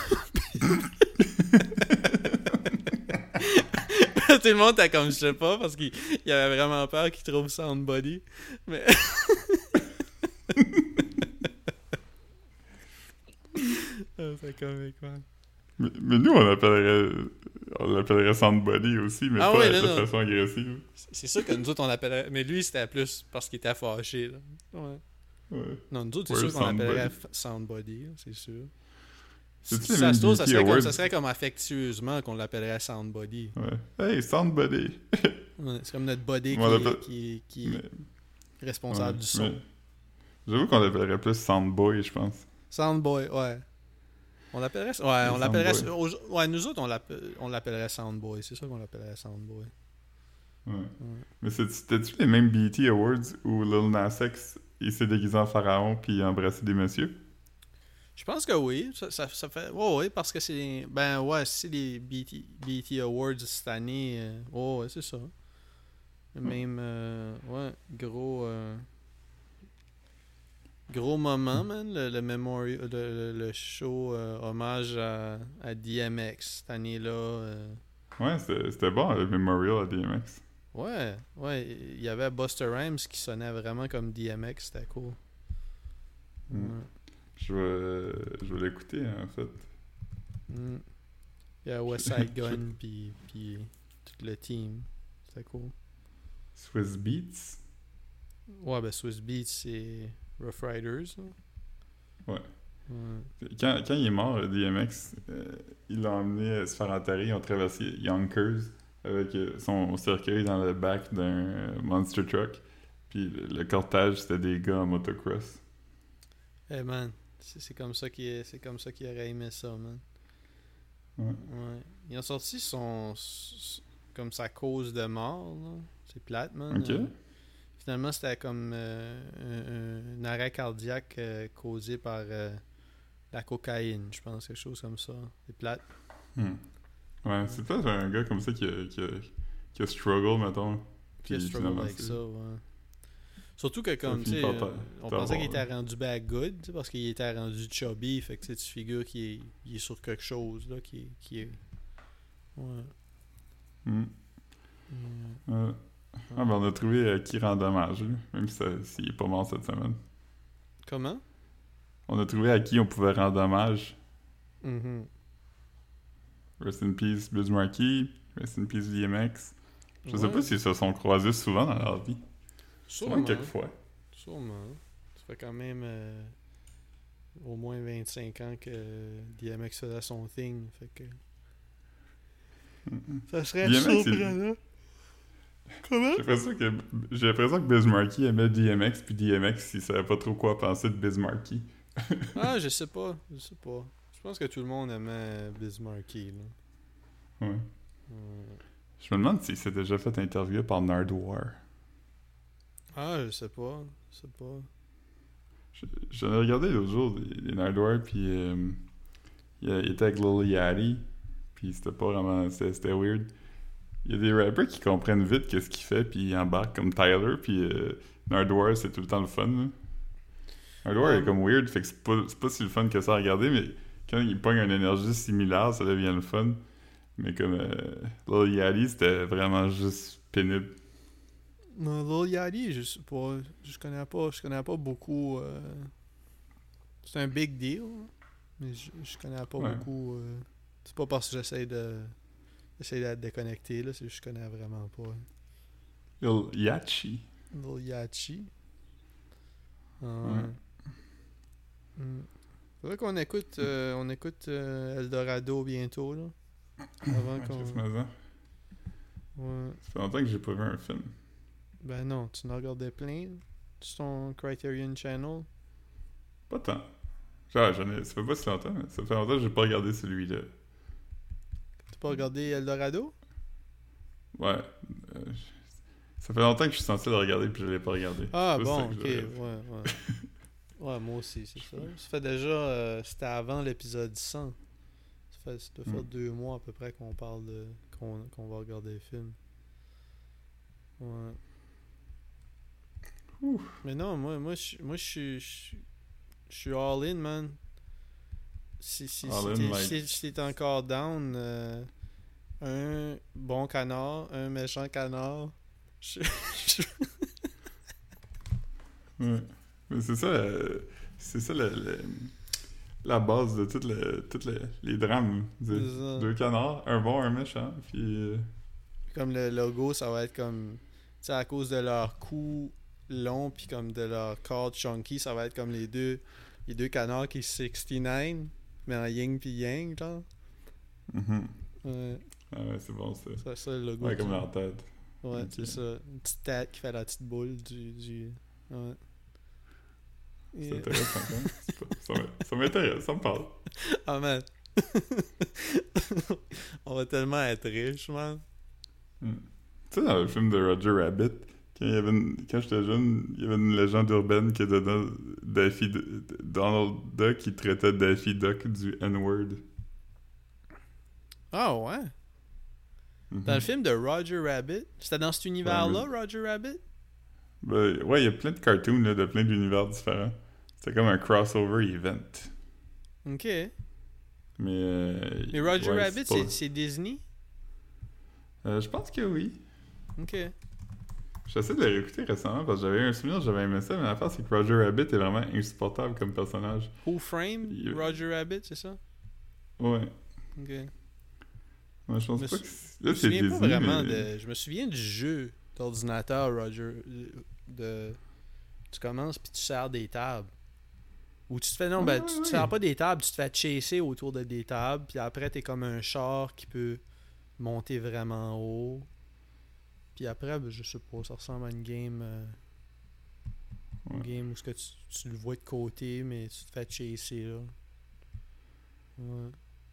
Speaker 1: Tout le monde était comme, je sais pas, parce qu'il avait vraiment peur qu'il trouve Soundbody, mais... c'est comique, man.
Speaker 2: Mais nous, on l'appellerait Soundbody aussi, mais
Speaker 1: Ah
Speaker 2: pas
Speaker 1: ouais,
Speaker 2: de
Speaker 1: non.
Speaker 2: façon agressive.
Speaker 1: C'est sûr que nous autres, on l'appellerait... Mais lui, c'était plus parce qu'il était fâché, là. Ouais.
Speaker 2: Ouais.
Speaker 1: Non, nous autres, c'est
Speaker 2: Where's
Speaker 1: sûr qu'on l'appellerait
Speaker 2: Soundbody?
Speaker 1: Soundbody, là, c'est sûr.
Speaker 2: C'est-tu
Speaker 1: Si
Speaker 2: les
Speaker 1: ça
Speaker 2: mêmes
Speaker 1: se trouve, ça
Speaker 2: BET
Speaker 1: serait,
Speaker 2: Awards?
Speaker 1: ça serait comme affectueusement qu'on l'appellerait Soundbody.
Speaker 2: Ouais. Hey, Soundbody!
Speaker 1: Ouais, c'est comme notre body
Speaker 2: On l'appelle-
Speaker 1: qui
Speaker 2: mais-
Speaker 1: est responsable
Speaker 2: ouais,
Speaker 1: du son.
Speaker 2: mais j'avoue qu'on l'appellerait plus Soundboy, je pense.
Speaker 1: Soundboy, ouais. On l'appellerait... Ouais,
Speaker 2: Les
Speaker 1: on l'appellerait...
Speaker 2: Soundboy.
Speaker 1: Ouais, nous autres, on l'appellerait Soundboy. C'est ça qu'on l'appellerait Soundboy.
Speaker 2: Ouais.
Speaker 1: Ouais.
Speaker 2: Mais c'était-tu les mêmes BET Awards où Lil Nas X, il s'est déguisé en pharaon puis il a embrassé des messieurs?
Speaker 1: Je pense que oui. Ça fait... Ouais, ouais, parce que c'est... Ben ouais, c'est les BET Awards cette année. Ouais, c'est ça. Même... ouais, gros moment, man, le memorial, le show hommage à DMX cette année-là.
Speaker 2: Ouais, c'était bon, le Memorial à DMX.
Speaker 1: Ouais, il y avait Busta Rhymes qui sonnait vraiment comme DMX, c'était cool. Ouais.
Speaker 2: Mm. Je vais l'écouter, en fait.
Speaker 1: Mm. Il y a West Side Gun puis tout le team. C'était cool.
Speaker 2: Swiss Beats?
Speaker 1: Ouais, ben Swiss Beats, c'est Rough Riders. Hein.
Speaker 2: Ouais.
Speaker 1: Ouais.
Speaker 2: Quand il est mort, DMX, il l'a emmené se faire enterrer. Ils ont traversé Yonkers avec son cercueil dans le back d'un monster truck. Puis le cortège, c'était des gars en motocross.
Speaker 1: Hey man, c'est comme ça c'est comme ça qu'il aurait aimé ça, man.
Speaker 2: Ouais.
Speaker 1: Ouais. Ils ont sorti comme sa cause de mort, là. C'est plate, man.
Speaker 2: Ok.
Speaker 1: Finalement, c'était comme un arrêt cardiaque causé par la cocaïne, je pense, quelque chose comme ça. C'est plate.
Speaker 2: Ouais, c'est peut-être un gars comme ça qui a struggle, mettons.
Speaker 1: Puis il
Speaker 2: Puis
Speaker 1: struggle
Speaker 2: finalement,
Speaker 1: avec
Speaker 2: c'est-
Speaker 1: ça, ouais. Surtout que comme, tu
Speaker 2: finit
Speaker 1: sais,
Speaker 2: par
Speaker 1: on
Speaker 2: t'avoir,
Speaker 1: pensait qu'il était
Speaker 2: ouais.
Speaker 1: rendu bad good, tu sais, parce qu'il était rendu chubby, fait que tu sais, tu figures il est sur quelque chose, là, qui est... Ouais.
Speaker 2: Hmm.
Speaker 1: Ouais.
Speaker 2: Ah, ben on a trouvé qui rend dommage, lui, même s'il est pas mort cette semaine.
Speaker 1: Comment?
Speaker 2: On a trouvé à qui on pouvait rendre hommage.
Speaker 1: Mhm.
Speaker 2: Rest in peace Biz Markie, Rest in peace DMX. Je sais
Speaker 1: Ouais.
Speaker 2: pas s'ils se sont croisés souvent dans leur vie.
Speaker 1: Sûrement.
Speaker 2: Sûrement quelques fois.
Speaker 1: Sûrement. Ça fait quand même au moins 25 ans que DMX faisait son thing. Fait que ça serait
Speaker 2: DMX,
Speaker 1: surprenant. Comment?
Speaker 2: J'ai l'impression que Biz Markie aimait DMX, puis DMX, il savait pas trop quoi penser de Biz Markie.
Speaker 1: Ah, je sais pas. Je pense que tout le monde aimait Biz Markie, là.
Speaker 2: Ouais.
Speaker 1: Ouais.
Speaker 2: Je me demande s'il s'est déjà fait interviewer par Nardwuar.
Speaker 1: Ah, je sais pas.
Speaker 2: J'en ai regardé l'autre jour, les Nardwuar, puis il était avec Lil Yachty, puis c'était pas vraiment... C'était weird. Il y a des rappers qui comprennent vite qu'est-ce qu'il fait, puis ils embarquent comme Tyler, puis Nardwuar, c'est tout le temps le fun, là. Nardwuar
Speaker 1: Ouais.
Speaker 2: est comme weird, fait que c'est pas si le fun que ça à regarder, mais quand il pogne une énergie similaire, ça devient le fun. Mais comme Lil Yachty, c'était vraiment juste pénible.
Speaker 1: Non, Lil Yachty, je sais pas. Je connais pas beaucoup. C'est un big deal, hein, mais je connais pas
Speaker 2: Ouais.
Speaker 1: beaucoup. C'est pas parce que j'essaie d'être déconnecté, là, c'est juste que je connais vraiment pas.
Speaker 2: Lil Yachty.
Speaker 1: Lil Yachty. Ah,
Speaker 2: Ouais.
Speaker 1: ouais. Faudrait qu'on écoute, Eldorado bientôt, là. Avant
Speaker 2: Ouais,
Speaker 1: qu'on...
Speaker 2: Chris Mazan.
Speaker 1: Ouais.
Speaker 2: Ça fait longtemps que j'ai pas vu un film.
Speaker 1: Ben non, tu en regardais plein sur ton Criterion Channel.
Speaker 2: Pas tant. Genre, ça fait pas si longtemps, mais ça fait longtemps que j'ai pas regardé celui-là.
Speaker 1: T'as pas regardé Eldorado?
Speaker 2: Ouais. Ça fait longtemps que je suis censé le regarder puis je l'ai pas regardé.
Speaker 1: Ah
Speaker 2: C'est
Speaker 1: bon,
Speaker 2: ça
Speaker 1: ok,
Speaker 2: que j'aurais-
Speaker 1: ouais. Ouais, moi aussi, c'est ça. Ça fait déjà... c'était avant l'épisode 100. Ça doit faire 2 mois à peu près qu'on parle de... qu'on va regarder le film. Ouais.
Speaker 2: Ouf.
Speaker 1: Mais non, moi je suis all in, man.
Speaker 2: All in, like-
Speaker 1: Si t'es encore down, un bon canard, un méchant canard.
Speaker 2: Ouais. Mais c'est ça, la base de toutes les drames.
Speaker 1: C'est ça.
Speaker 2: 2 canards, un bon, un méchant, puis...
Speaker 1: Comme le logo, ça va être comme... Tu sais, à cause de leur cou long, puis comme de leur corps chunky, ça va être comme les deux canards qui 69, mais en yin puis yang, genre.
Speaker 2: Mhm.
Speaker 1: Ouais,
Speaker 2: Ah ouais, c'est bon ça.
Speaker 1: c'est ça le logo.
Speaker 2: Ouais, comme leur tête.
Speaker 1: Ouais,
Speaker 2: Ok.
Speaker 1: c'est ça. Une petite tête qui fait la petite boule du... Ouais.
Speaker 2: C'est
Speaker 1: Et-
Speaker 2: intéressant quand même. Ça m'intéresse, ça me parle.
Speaker 1: Ah, man. On va tellement être riches, man.
Speaker 2: Hmm. Tu sais, dans le film de Roger Rabbit, quand j'étais jeune, il y avait une légende urbaine que dedans, Donald Duck, il traitait Daffy Duck du N-word.
Speaker 1: Ah, ouais. Dans le film de Roger Rabbit, c'était dans cet univers-là, Roger Rabbit?
Speaker 2: Ben, ouais, il y a plein de cartoons là, de plein d'univers différents. C'était comme un crossover event.
Speaker 1: Ok.
Speaker 2: Mais
Speaker 1: Mais Roger
Speaker 2: ouais,
Speaker 1: Rabbit, c'est Disney?
Speaker 2: je pense que oui.
Speaker 1: Ok.
Speaker 2: J'essaie de le réécouter récemment parce que j'avais un souvenir, j'avais aimé ça, mais l'affaire c'est que Roger Rabbit est vraiment insupportable comme personnage.
Speaker 1: Who Framed
Speaker 2: Il-
Speaker 1: Roger Rabbit, c'est ça?
Speaker 2: Ouais.
Speaker 1: Ok.
Speaker 2: Ouais, je pense
Speaker 1: Me
Speaker 2: pas
Speaker 1: sou-
Speaker 2: que
Speaker 1: Je
Speaker 2: là
Speaker 1: me
Speaker 2: c'est
Speaker 1: souviens pas
Speaker 2: Disney,
Speaker 1: vraiment
Speaker 2: mais...
Speaker 1: de... Je me souviens du jeu d'ordinateur, Roger. Tu commences puis tu sers des tables. Ou tu te fais... Non,
Speaker 2: Ouais,
Speaker 1: ben, tu te
Speaker 2: ouais.
Speaker 1: sers pas des tables, tu te fais chasser autour de des tables, puis après, t'es comme un char qui peut monter vraiment haut. Puis après, ben, je sais pas, ça ressemble à une game... Une
Speaker 2: Ouais.
Speaker 1: game où ce que tu le vois de côté, mais tu te fais chasser, là. Ouais.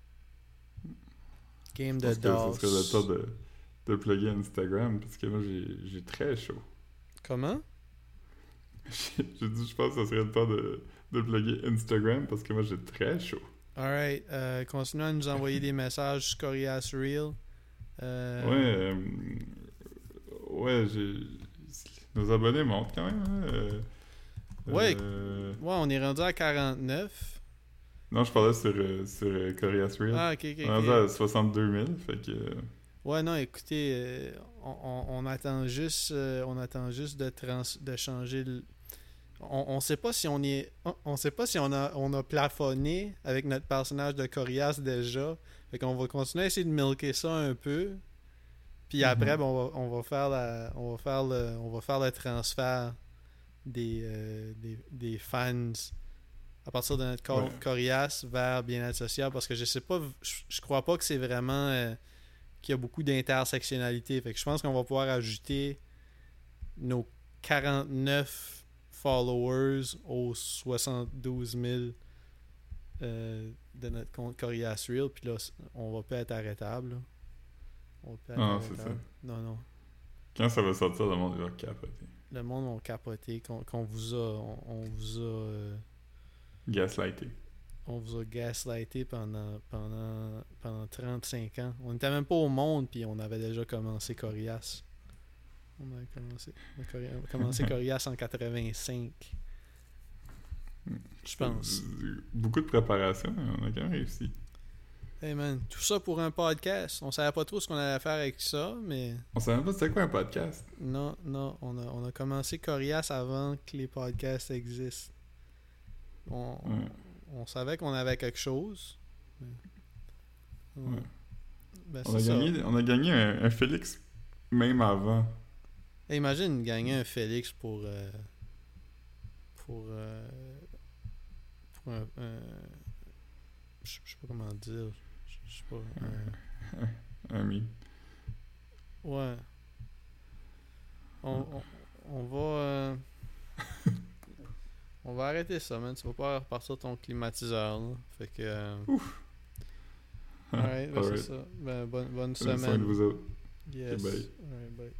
Speaker 1: Game
Speaker 2: Je
Speaker 1: de
Speaker 2: pense que ce
Speaker 1: DOS.
Speaker 2: serait le temps de plugger Instagram parce que moi j'ai très chaud.
Speaker 1: Comment?
Speaker 2: J'ai dit je pense que ce serait le temps de plugger Instagram parce que moi j'ai très chaud.
Speaker 1: Alright, continuez à nous envoyer des messages sur Corias Reel.
Speaker 2: Ouais, ouais, nos abonnés montent quand même. Hein,
Speaker 1: Ouais. Ouais, on est rendu à 49.
Speaker 2: Non, je parlais sur Corias Reel.
Speaker 1: Ah, ok, ok,
Speaker 2: On est rendu à
Speaker 1: ok.
Speaker 2: 62 000, fait que...
Speaker 1: Ouais, non, écoutez, on attend juste, de changer le... On sait pas si on est... On sait pas si on a plafonné avec notre personnage de Corias déjà. Fait qu'on va continuer à essayer de milker ça un peu. Puis après, ben, on va faire le transfert des fans à partir de notre
Speaker 2: Ouais.
Speaker 1: Corias vers Bien-être social, parce que je sais pas, je crois pas que c'est vraiment qu'il y a beaucoup d'intersectionnalité. Fait que je pense qu'on va pouvoir ajouter nos 49 followers aux 72 000 de notre compte Corias Reel, puis là, on va pas être arrêtable, là. On va pas être
Speaker 2: Ah, c'est
Speaker 1: arrêtable.
Speaker 2: ça.
Speaker 1: Non.
Speaker 2: Quand ça va sortir, le monde va capoter.
Speaker 1: Le monde va capoter qu'on vous a... On vous a...
Speaker 2: Gaslighté.
Speaker 1: On vous a gaslighté pendant 35 ans. On n'était même pas au monde, puis on avait déjà commencé Corias. On a commencé Corias en 85. Je pense.
Speaker 2: Beaucoup de préparation, mais on a quand même réussi.
Speaker 1: Hey man, tout ça pour un podcast. On savait pas trop ce qu'on allait faire avec ça, mais
Speaker 2: On savait même pas c'était quoi un podcast.
Speaker 1: non, on a commencé Corias avant que les podcasts existent.
Speaker 2: Ouais.
Speaker 1: On savait qu'on avait quelque chose. Ouais.
Speaker 2: Ouais.
Speaker 1: Ben,
Speaker 2: On a
Speaker 1: c'est ça.
Speaker 2: on a gagné un Félix même avant.
Speaker 1: Hey, imagine gagner un Félix pour je sais pas comment dire. Je sais pas.
Speaker 2: Un meme.
Speaker 1: Ouais. On va on va arrêter ça, man. Tu vas pas repartir ton climatiseur, là. Fait que alright, ben,
Speaker 2: Alright.
Speaker 1: c'est ça. Ben, bonne
Speaker 2: Prenez soin de
Speaker 1: semaine.
Speaker 2: vous autres.
Speaker 1: Yes.
Speaker 2: Bye.
Speaker 1: Alright, bye.